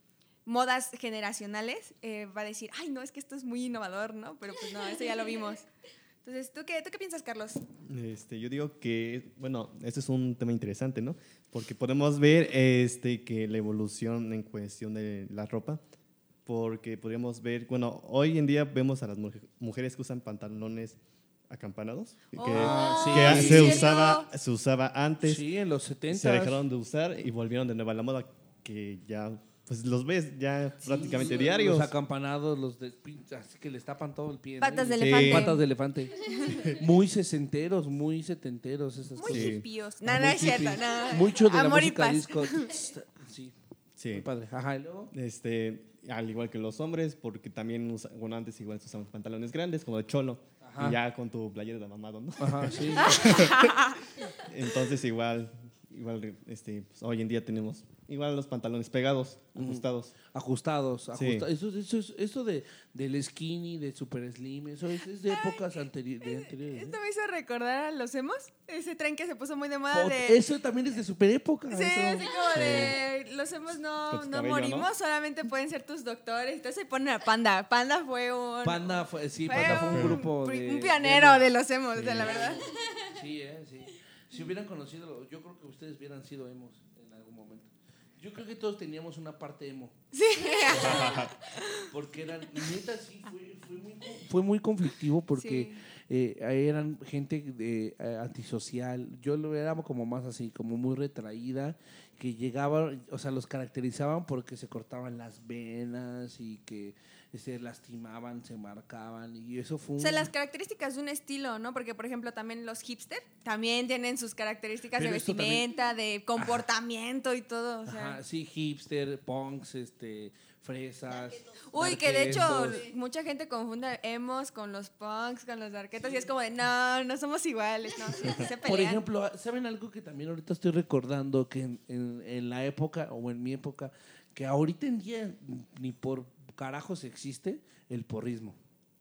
[SPEAKER 1] modas generacionales eh, va a decir, ay, no, es que esto es muy innovador, ¿no? Pero pues no, eso ya lo vimos. Entonces, ¿tú qué, ¿tú qué piensas, Carlos?
[SPEAKER 5] Este, yo digo que, bueno, este es un tema interesante, ¿no? Porque podemos ver este, que la evolución en cuestión de la ropa, porque podríamos ver, bueno, hoy en día vemos a las mujer- mujeres que usan pantalones acampanados, que,
[SPEAKER 1] Oh,
[SPEAKER 5] que
[SPEAKER 2] sí,
[SPEAKER 5] se,
[SPEAKER 1] ¿cierto?
[SPEAKER 5] usaba, se usaba antes,
[SPEAKER 2] Sí, en los
[SPEAKER 5] se
[SPEAKER 2] setenta.
[SPEAKER 5] dejaron de usar y volvieron de nuevo a la moda, que ya, pues los ves ya prácticamente diarios.
[SPEAKER 2] Los acampanados, los de, así que les tapan todo el pie. ¿no?
[SPEAKER 1] Patas de
[SPEAKER 5] Sí.
[SPEAKER 1] elefante.
[SPEAKER 2] Patas de elefante. Muy sesenteros, muy setenteros esas
[SPEAKER 1] Muy
[SPEAKER 2] cosas.
[SPEAKER 5] Sí.
[SPEAKER 1] hippios.
[SPEAKER 2] Ah,
[SPEAKER 1] No, no
[SPEAKER 2] muy
[SPEAKER 1] es cierto.
[SPEAKER 2] hippie.
[SPEAKER 1] No.
[SPEAKER 2] Mucho de la
[SPEAKER 1] Amor y
[SPEAKER 2] música
[SPEAKER 1] paz.
[SPEAKER 2] disco. Sí,
[SPEAKER 5] Sí.
[SPEAKER 2] muy padre. Ajá, y luego.
[SPEAKER 5] Este, al igual que los hombres, porque también, usa- bueno, antes igual se usaban pantalones grandes, como de cholo,
[SPEAKER 2] Ajá.
[SPEAKER 5] y ya con tu playera de mamado, ¿no?
[SPEAKER 2] Ajá, sí.
[SPEAKER 5] Entonces igual, igual, este, pues, hoy en día tenemos igual los pantalones pegados, ajustados.
[SPEAKER 2] Ajustados,
[SPEAKER 5] Sí.
[SPEAKER 2] ajusta- Eso, eso, es- eso de, del skinny, de super slim, eso es, es de épocas anteri- de anteriores. ¿eh?
[SPEAKER 1] Esto me hizo recordar a los emos. Ese tren que se puso muy de moda
[SPEAKER 2] Pot-
[SPEAKER 1] de...
[SPEAKER 2] Eso también es de super época.
[SPEAKER 1] Sí,
[SPEAKER 2] eso.
[SPEAKER 1] así como de los hemos no,
[SPEAKER 5] Con tu
[SPEAKER 1] no
[SPEAKER 5] cabello,
[SPEAKER 1] morimos,
[SPEAKER 5] ¿no?
[SPEAKER 1] solamente pueden ser tus doctores. Entonces se ponen a Panda. Panda fue un...
[SPEAKER 2] Panda fue, sí,
[SPEAKER 1] fue
[SPEAKER 2] Panda fue un grupo
[SPEAKER 1] pri-
[SPEAKER 2] de.
[SPEAKER 1] un pionero
[SPEAKER 2] de-
[SPEAKER 1] de los emos, o sea, la verdad.
[SPEAKER 2] Sí, eh, sí. Si hubieran conocido, yo creo que ustedes hubieran sido emos en algún momento. Yo creo que todos teníamos una parte emo.
[SPEAKER 1] Sí.
[SPEAKER 2] Porque eran, neta, sí, fue, fue, muy, fue muy conflictivo porque
[SPEAKER 1] Sí.
[SPEAKER 2] eh, eran gente de, eh, antisocial. Yo lo era como más así, como muy retraída, que llegaban, o sea, los caracterizaban porque se cortaban las venas y que se lastimaban, se marcaban y eso fue un...
[SPEAKER 1] O sea, las características de un estilo, ¿no? Porque, por ejemplo, también los hipster también tienen sus características
[SPEAKER 2] Pero
[SPEAKER 1] de
[SPEAKER 2] esto
[SPEAKER 1] vestimenta, también... de comportamiento y todo. O sea.
[SPEAKER 2] Ajá, sí, hipster, punks, este, fresas.
[SPEAKER 1] Uy, que de hecho
[SPEAKER 2] darketos.
[SPEAKER 1] mucha gente confunde emos con los punks, con los darketos sí. Y es como de, no, no somos iguales, no, sí, se pelean.
[SPEAKER 2] Por ejemplo, ¿saben algo que también ahorita estoy recordando? Que en, en, en la época, o en mi época, que ahorita en día ni por carajos existe el porrismo.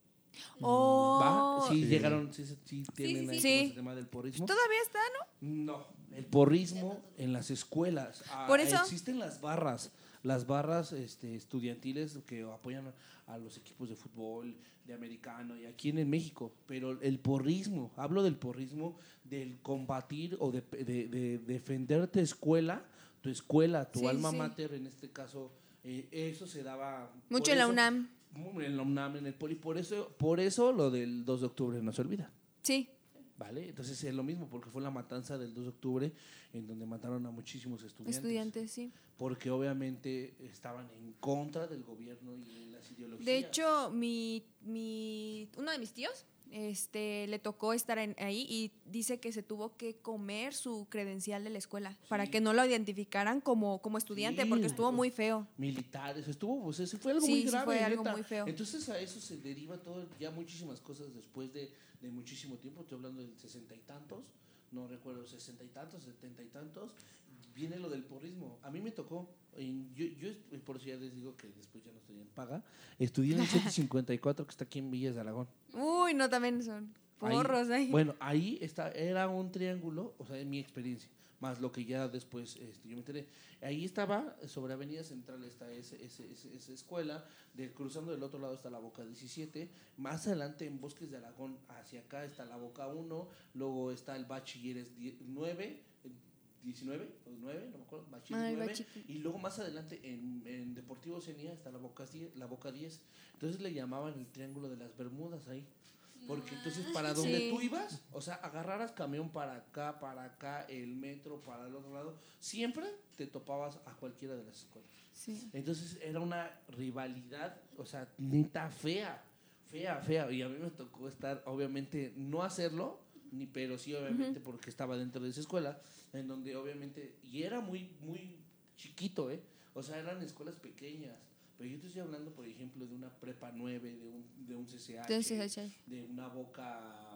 [SPEAKER 1] Oh.
[SPEAKER 2] ¿Va? Sí,
[SPEAKER 5] Sí.
[SPEAKER 2] llegaron, sí, sí tienen
[SPEAKER 1] sí,
[SPEAKER 2] ahí
[SPEAKER 1] sí.
[SPEAKER 2] como
[SPEAKER 1] Sí.
[SPEAKER 2] ese tema del porrismo.
[SPEAKER 1] Todavía está, ¿no?
[SPEAKER 2] No, el porrismo en las escuelas. Ah,
[SPEAKER 1] Por eso.
[SPEAKER 2] existen las barras, las barras este, estudiantiles que apoyan a los equipos de fútbol, de americano y aquí en México. Pero el porrismo, hablo del porrismo, del combatir o de, de, de defender tu escuela, tu escuela, tu
[SPEAKER 1] Sí,
[SPEAKER 2] alma
[SPEAKER 1] sí.
[SPEAKER 2] mater, en este caso, eh, eso se daba...
[SPEAKER 1] Mucho
[SPEAKER 2] por
[SPEAKER 1] en la
[SPEAKER 2] eso-
[SPEAKER 1] UNAM.
[SPEAKER 2] En la UNAM, en el Poli. Por eso, por eso lo del dos de octubre no se olvida.
[SPEAKER 1] Sí.
[SPEAKER 2] ¿Vale? Entonces es lo mismo, porque fue la matanza del dos de octubre en donde mataron a muchísimos estudiantes.
[SPEAKER 1] Estudiantes, sí.
[SPEAKER 2] Porque obviamente estaban en contra del gobierno y las ideologías.
[SPEAKER 1] De hecho, mi, mi, uno de mis tíos este, le tocó estar en, ahí y dice que se tuvo que comer su credencial de la escuela sí. para que no lo identificaran como, como estudiante,
[SPEAKER 2] Sí,
[SPEAKER 1] porque estuvo
[SPEAKER 2] pues,
[SPEAKER 1] muy feo.
[SPEAKER 2] Militares, estuvo, pues eso fue algo
[SPEAKER 1] Sí,
[SPEAKER 2] muy
[SPEAKER 1] sí
[SPEAKER 2] grave.
[SPEAKER 1] fue algo
[SPEAKER 2] neta.
[SPEAKER 1] muy feo.
[SPEAKER 2] Entonces a eso se deriva todo, ya muchísimas cosas después de, de muchísimo tiempo, estoy hablando de sesenta y tantos, no recuerdo, sesenta y tantos, setenta y tantos, viene lo del porrismo. A mí me tocó, en, yo, yo por eso ya les digo que después ya no estoy en paga, estudié en el ciento cincuenta y cuatro que está aquí en Villas de Aragón.
[SPEAKER 1] Uy, no, también son porros ahí.
[SPEAKER 2] Bueno, ahí está, era un triángulo, o sea, en mi experiencia, más lo que ya después este, yo me enteré. Ahí estaba, sobre Avenida Central está ese, ese, ese, esa escuela, de, cruzando del otro lado está la Boca diecisiete, más adelante en Bosques de Aragón, hacia acá está la Boca uno, luego está el Bachilleres nueve, diecinueve o nueve, no me acuerdo, Bachilleres
[SPEAKER 1] Ay,
[SPEAKER 2] nueve,
[SPEAKER 1] bachi-
[SPEAKER 2] y luego más adelante en, en Deportivo Oceanía está la Boca diez, la Boca diez. Entonces le llamaban el Triángulo de las Bermudas ahí. Porque entonces para donde
[SPEAKER 1] Sí.
[SPEAKER 2] tú ibas, o sea, agarraras camión para acá, para acá, el metro para el otro lado, siempre te topabas a cualquiera de las escuelas.
[SPEAKER 1] Sí.
[SPEAKER 2] Entonces era una rivalidad, o sea, neta fea, fea, fea. Y a mí me tocó estar, obviamente, no hacerlo, ni pero sí, obviamente, uh-huh. porque estaba dentro de esa escuela, en donde obviamente, y era muy, muy chiquito, ¿eh? O sea, eran escuelas pequeñas. Pero yo te estoy hablando, por ejemplo, de una prepa nueve, de un, de un C C H,
[SPEAKER 1] De C C H.
[SPEAKER 2] de una Boca,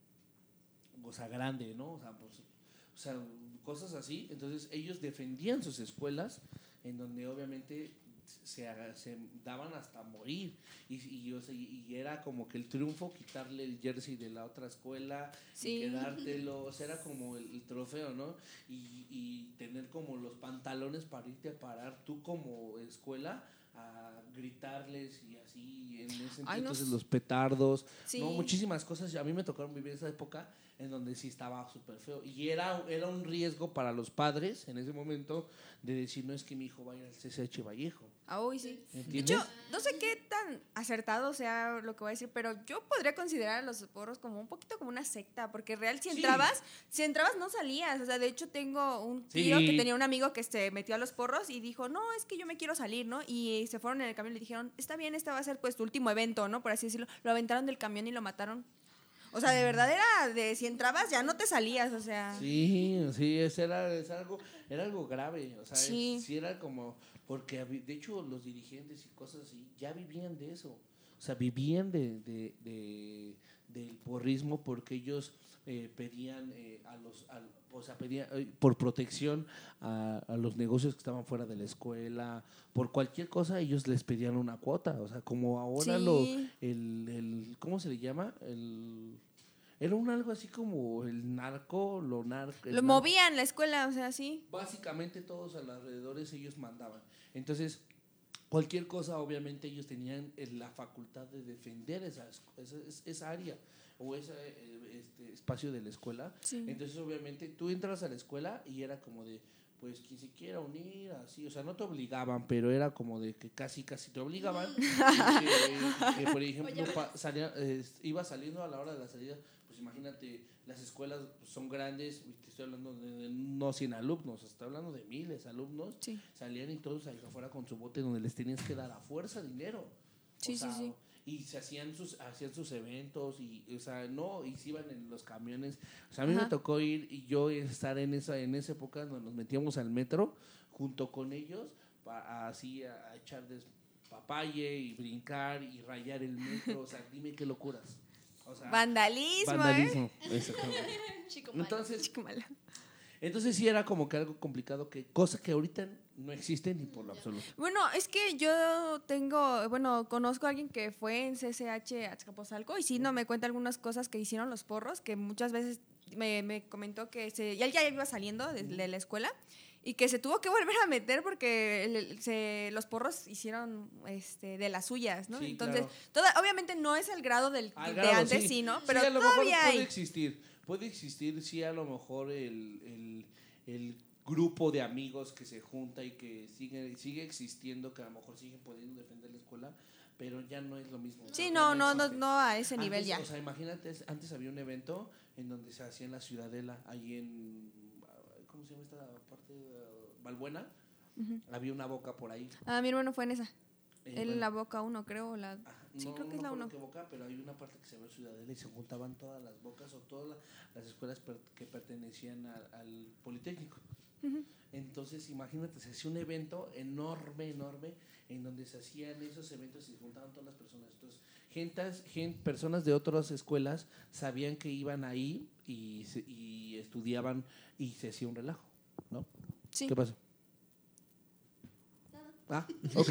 [SPEAKER 2] o sea, grande, ¿no? O sea, pues, o sea, cosas así. Entonces ellos defendían sus escuelas, en donde obviamente se, se daban hasta morir. Y, y, o sea, y, y era como que el triunfo, quitarle el jersey de la otra escuela,
[SPEAKER 1] Sí.
[SPEAKER 2] y quedártelo, o sea, era como el, el trofeo, ¿no? Y, y tener como los pantalones para irte a parar tú como escuela, a gritarles y así, en ese
[SPEAKER 1] Ay, no
[SPEAKER 2] entonces
[SPEAKER 1] s-
[SPEAKER 2] los petardos,
[SPEAKER 1] Sí.
[SPEAKER 2] no, muchísimas cosas. A mí me tocaron vivir esa época en donde sí estaba súper feo y era, era un riesgo para los padres en ese momento de decir, no es que mi hijo vaya al C C H Vallejo.
[SPEAKER 1] Ah, uy, sí. De
[SPEAKER 2] ¿Entiendes?
[SPEAKER 1] hecho, no sé qué tan acertado sea lo que voy a decir, pero yo podría considerar a los porros como un poquito como una secta, porque real, si
[SPEAKER 2] Sí.
[SPEAKER 1] entrabas, si entrabas no salías. O sea, de hecho tengo un tío
[SPEAKER 2] Sí.
[SPEAKER 1] que tenía un amigo que se metió a los porros y dijo, no, es que yo me quiero salir, ¿no? Y se fueron en el camión y le dijeron, está bien, este va a ser pues tu último evento, ¿no? Por así decirlo. Lo aventaron del camión y lo mataron. O sea, de verdad era de si entrabas ya no te salías, o sea.
[SPEAKER 2] Sí, sí, es, era, es algo, era algo grave, o sea,
[SPEAKER 1] Sí.
[SPEAKER 2] es- sí era como, porque habi- de hecho los dirigentes y cosas así ya vivían de eso, o sea, vivían de, de, de- del porrismo porque ellos eh, pedían eh, a los, al- o sea, pedían eh, por protección a, a los negocios que estaban fuera de la escuela, por cualquier cosa ellos les pedían una cuota, o sea, como ahora
[SPEAKER 1] Sí.
[SPEAKER 2] lo, el, el, ¿cómo se le llama? El... Era un algo así como el narco, lo narco. el
[SPEAKER 1] Lo
[SPEAKER 2] nar-
[SPEAKER 1] movían la escuela, o sea, sí.
[SPEAKER 2] Básicamente todos a los alrededores ellos mandaban. Entonces, cualquier cosa, obviamente ellos tenían eh, la facultad de defender esa, esa, esa área o ese eh, este, espacio de la escuela.
[SPEAKER 1] Sí.
[SPEAKER 2] Entonces, obviamente, tú entras a la escuela y era como de, pues, quien se quiera unir, así. O sea, no te obligaban, pero era como de que casi, casi te obligaban. y que, que, por ejemplo, pa- salía, eh, iba saliendo a la hora de la salida. Pues imagínate, las escuelas son grandes, te estoy hablando de, de no cien alumnos, estoy hablando de miles de alumnos,
[SPEAKER 1] Sí.
[SPEAKER 2] salían y todos ahí afuera con su bote donde les tenías que dar a fuerza dinero.
[SPEAKER 1] Sí,
[SPEAKER 2] o sea,
[SPEAKER 1] sí, sí.
[SPEAKER 2] Y se hacían sus, hacían sus eventos y, o sea, no, y se iban en los camiones. O sea, a mí
[SPEAKER 1] Ajá.
[SPEAKER 2] me tocó ir y yo estar en esa, en esa época donde nos metíamos al metro junto con ellos, pa- así a, a echar despapalle y brincar y rayar el metro. O sea, dime qué locuras. O sea,
[SPEAKER 1] Vandalismo, ¿eh?
[SPEAKER 2] vandalismo. Exactamente.
[SPEAKER 4] Chico malo.
[SPEAKER 2] Entonces,
[SPEAKER 1] Chico malo.
[SPEAKER 2] entonces sí era como que algo complicado, que cosa que ahorita no existe ni por lo absoluto.
[SPEAKER 1] Bueno, es que yo tengo, bueno, conozco a alguien que fue en C C H a Azcapotzalco y sí, no me cuenta algunas cosas que hicieron los porros, que muchas veces me, me comentó que se, y él ya iba saliendo de, de la escuela y que se tuvo que volver a meter porque el- se, los porros hicieron este, de las suyas, ¿no?
[SPEAKER 2] Sí,
[SPEAKER 1] Entonces,
[SPEAKER 2] claro.
[SPEAKER 1] toda, obviamente no es el grado del,
[SPEAKER 2] Al
[SPEAKER 1] de
[SPEAKER 2] grado,
[SPEAKER 1] antes,
[SPEAKER 2] sí.
[SPEAKER 1] sí, ¿no?
[SPEAKER 2] Sí,
[SPEAKER 1] Pero
[SPEAKER 2] a lo mejor
[SPEAKER 1] todavía
[SPEAKER 2] puede
[SPEAKER 1] hay.
[SPEAKER 2] existir, puede existir, sí, a lo mejor el, el, el grupo de amigos que se junta y que sigue, sigue existiendo, que a lo mejor siguen pudiendo defender la escuela, pero ya no es lo mismo.
[SPEAKER 1] Sí,
[SPEAKER 2] Ya
[SPEAKER 1] no, no, no,
[SPEAKER 2] existe.
[SPEAKER 1] no a ese nivel
[SPEAKER 2] Antes,
[SPEAKER 1] ya.
[SPEAKER 2] O sea, imagínate, antes había un evento en donde se hacía en la Ciudadela, ahí en, ¿cómo se llama esta parte? Uh, Balbuena.
[SPEAKER 1] Ujú.
[SPEAKER 2] Había una boca por ahí.
[SPEAKER 1] Ah, mi hermano fue en esa.
[SPEAKER 2] Eh,
[SPEAKER 1] Él
[SPEAKER 2] bueno,
[SPEAKER 1] la boca uno, creo, o la...
[SPEAKER 2] ajá,
[SPEAKER 1] Sí,
[SPEAKER 2] no,
[SPEAKER 1] creo que
[SPEAKER 2] no
[SPEAKER 1] es la
[SPEAKER 2] me acuerdo
[SPEAKER 1] uno.
[SPEAKER 2] qué boca, pero hay una parte que se llama Ciudadela y se juntaban todas las bocas o todas la- las escuelas per- que pertenecían al, al Politécnico.
[SPEAKER 1] Ujú.
[SPEAKER 2] Entonces, imagínate, se hacía un evento enorme, enorme, en donde se hacían esos eventos y se juntaban todas las personas. Entonces, gentas, gen- personas de otras escuelas sabían que iban ahí y, se- y estudiaban y se hacía un relajo, ¿no?
[SPEAKER 1] Sí.
[SPEAKER 2] ¿Qué pasó?
[SPEAKER 4] Nada.
[SPEAKER 2] Ah, ok.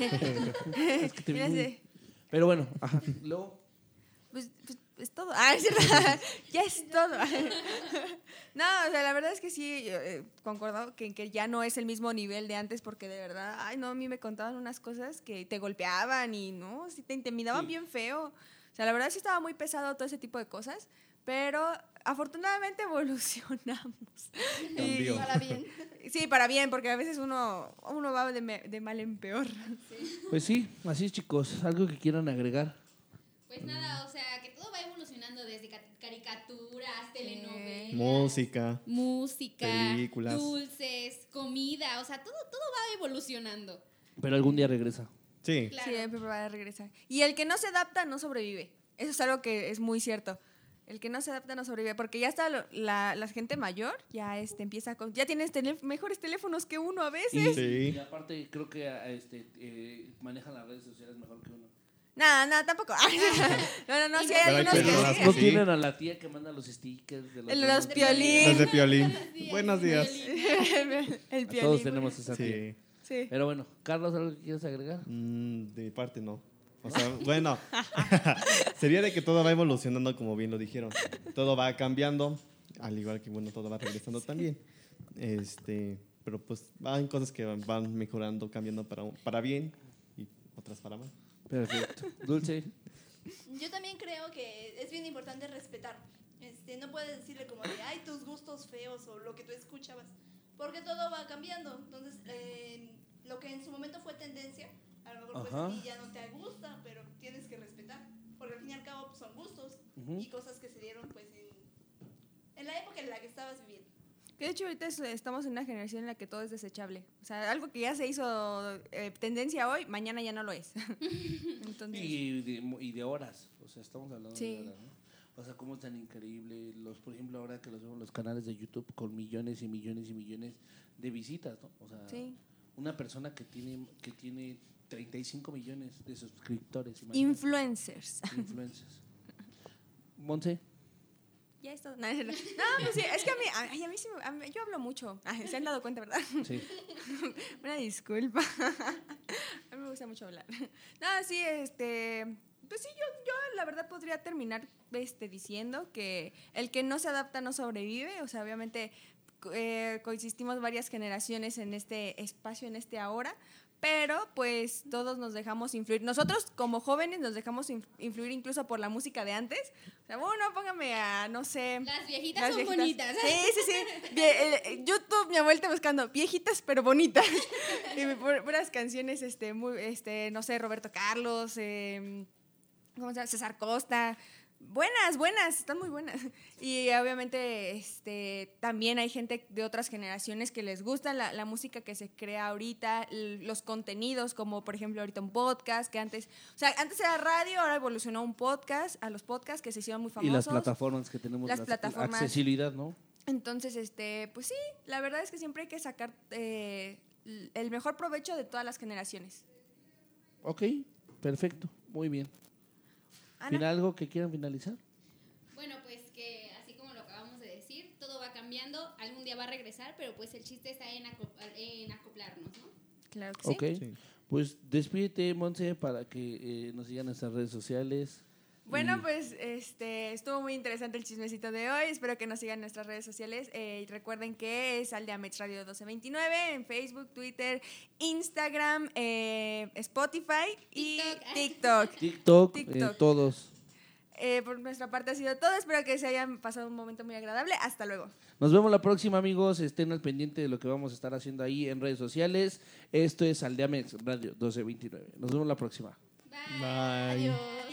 [SPEAKER 2] Es que te vi
[SPEAKER 1] Mira,
[SPEAKER 2] muy-
[SPEAKER 1] sí.
[SPEAKER 2] Pero bueno, ajá. Luego,
[SPEAKER 1] Pues, pues es todo. Ah, es cierto. Ya es todo. No, o sea, la verdad es que sí, yo, eh, concuerdo que, que ya no es el mismo nivel de antes porque de verdad, ay, no, a mí me contaban unas cosas que te golpeaban y no, sí te intimidaban
[SPEAKER 2] Sí.
[SPEAKER 1] bien feo. O sea, la verdad sí estaba muy pesado todo ese tipo de cosas, pero afortunadamente evolucionamos.
[SPEAKER 5] Cambió.
[SPEAKER 4] Para bien.
[SPEAKER 1] Sí, para bien, porque a veces uno, uno va de, me- de mal en peor.
[SPEAKER 2] pues sí, así es, chicos. ¿Algo que quieran agregar?
[SPEAKER 3] Pues nada, o sea, que todo va evolucionando desde ca- caricaturas, telenovelas,
[SPEAKER 5] Música.
[SPEAKER 3] música,
[SPEAKER 5] películas.
[SPEAKER 3] dulces, comida, o sea, todo, todo va evolucionando.
[SPEAKER 2] Pero algún día regresa.
[SPEAKER 5] Sí.
[SPEAKER 3] Claro.
[SPEAKER 1] Siempre va a regresar. Y el que no se adapta no sobrevive. Eso es algo que es muy cierto. El que no se adapta no sobrevive, porque ya está lo- la, la gente mayor, ya este, empieza con, ya tienes tele- mejores teléfonos que uno a veces.
[SPEAKER 2] Y,
[SPEAKER 5] Sí.
[SPEAKER 2] y aparte creo que a- este, eh, manejan las redes sociales mejor que uno.
[SPEAKER 1] Nada, nada, tampoco. no, no, no, sí hay
[SPEAKER 5] Pero hay
[SPEAKER 1] algunos que
[SPEAKER 5] personas
[SPEAKER 1] sí.
[SPEAKER 5] que
[SPEAKER 2] No
[SPEAKER 5] sí.
[SPEAKER 2] tienen a la tía que manda los stickers de los,
[SPEAKER 1] El de
[SPEAKER 2] buenos
[SPEAKER 1] los
[SPEAKER 2] días.
[SPEAKER 1] piolín.
[SPEAKER 5] Las de Piolín.
[SPEAKER 3] Buenos días,
[SPEAKER 5] Buenos días.
[SPEAKER 3] Piolín.
[SPEAKER 1] El
[SPEAKER 2] Todos
[SPEAKER 1] piolín.
[SPEAKER 2] tenemos esa tía.
[SPEAKER 5] Sí.
[SPEAKER 1] Sí.
[SPEAKER 2] Pero bueno, Carlos, ¿algo que quieres agregar?
[SPEAKER 5] Mm, de mi parte no. O sea, bueno, sería de que todo va evolucionando como bien lo dijeron. Todo va cambiando, al igual que bueno, todo va regresando también. Este, pero pues van cosas que van, van mejorando, cambiando para, para bien y otras para mal.
[SPEAKER 2] Perfecto. Dulce.
[SPEAKER 4] Yo también creo que es bien importante respetar. Este, no puedes decirle como de, ay, tus gustos feos o lo que tú escuchabas, porque todo va cambiando. Entonces, eh, lo que en su momento fue tendencia, a lo mejor pues
[SPEAKER 2] Ajá.
[SPEAKER 4] a ti ya no te gusta, pero tienes que respetar, porque al fin y al cabo pues, son gustos
[SPEAKER 2] Ujú.
[SPEAKER 4] y cosas que se dieron pues en, en la época en la que estabas viviendo.
[SPEAKER 1] Que de hecho ahorita es- estamos en una generación en la que todo es desechable. O sea, algo que ya se hizo eh, tendencia hoy, mañana ya no lo es. Entonces,
[SPEAKER 2] Y de, y de horas. O sea, estamos hablando
[SPEAKER 1] Sí.
[SPEAKER 2] de horas, ¿no? O sea, cómo es tan increíble. Los, por ejemplo, ahora que los vemos en los canales de YouTube con millones y millones y millones de visitas, ¿no? O sea,
[SPEAKER 1] sí.
[SPEAKER 2] una persona que tiene, que tiene treinta y cinco millones de suscriptores. imagínate.
[SPEAKER 1] Influencers.
[SPEAKER 2] Influencers. Monse.
[SPEAKER 1] Ya es todo. No, no, no, pues sí, es que a mí, a, ay, a mí sí, me- a mí- yo hablo mucho. Ay, se han dado cuenta, ¿verdad?
[SPEAKER 2] Sí.
[SPEAKER 1] Una disculpa. A mí me gusta mucho hablar. No, sí, este, pues sí, yo, yo la verdad podría terminar este, diciendo que el que no se adapta no sobrevive. O sea, obviamente co- eh, coexistimos varias generaciones en este espacio, en este ahora. Pero pues todos nos dejamos influir. Nosotros como jóvenes nos dejamos inf- influir incluso por la música de antes. O sea, bueno, póngame a, no sé...
[SPEAKER 3] Las viejitas
[SPEAKER 1] Las
[SPEAKER 3] son
[SPEAKER 1] viejitas.
[SPEAKER 3] bonitas.
[SPEAKER 1] Sí, sí, sí. Vie- eh, YouTube, mi vuelta buscando viejitas pero bonitas. Y me pon- puras canciones, este, muy, este, no sé, Roberto Carlos, eh, ¿cómo se llama? César Costa. Buenas, buenas, están muy buenas. Y obviamente este, también hay gente de otras generaciones que les gusta la, la música que se crea ahorita, l- los contenidos, como por ejemplo ahorita un podcast, que antes, o sea, antes era radio, ahora evolucionó un podcast, a los podcasts que se hicieron muy
[SPEAKER 2] Y
[SPEAKER 1] famosos.
[SPEAKER 2] las plataformas que tenemos,
[SPEAKER 1] Las
[SPEAKER 2] la
[SPEAKER 1] plataformas.
[SPEAKER 2] accesibilidad, ¿no?
[SPEAKER 1] Entonces, este, pues sí, la verdad es que siempre hay que sacar eh, l- el mejor provecho de todas las generaciones.
[SPEAKER 2] Ok, perfecto, muy bien.
[SPEAKER 1] Ana.
[SPEAKER 2] ¿Tiene algo que quieran finalizar?
[SPEAKER 3] Bueno, pues que así como lo acabamos de decir, todo va cambiando, algún día va a regresar, pero pues el chiste está en, acop- en acoplarnos, ¿no?
[SPEAKER 1] Claro que sí.
[SPEAKER 2] Ok,
[SPEAKER 5] Sí.
[SPEAKER 2] pues despídete, Monse, para que eh, nos sigan en nuestras redes sociales.
[SPEAKER 1] Bueno,
[SPEAKER 2] Y-
[SPEAKER 1] pues este estuvo muy interesante el chismecito de hoy. Espero que nos sigan en nuestras redes sociales. Eh, y recuerden que es Aldea Mech Radio doce veintinueve en Facebook, Twitter, Instagram, eh, Spotify y TikTok.
[SPEAKER 2] TikTok,
[SPEAKER 1] TikTok.
[SPEAKER 2] eh, todos.
[SPEAKER 1] Eh, por nuestra parte ha sido todo. Espero que se hayan pasado un momento muy agradable. Hasta luego.
[SPEAKER 2] Nos vemos la próxima, amigos. Estén al pendiente de lo que vamos a estar haciendo ahí en redes sociales. Esto es Aldea Mex Radio doce veintinueve. Nos vemos la próxima.
[SPEAKER 3] Bye.
[SPEAKER 5] Bye.
[SPEAKER 4] Adiós.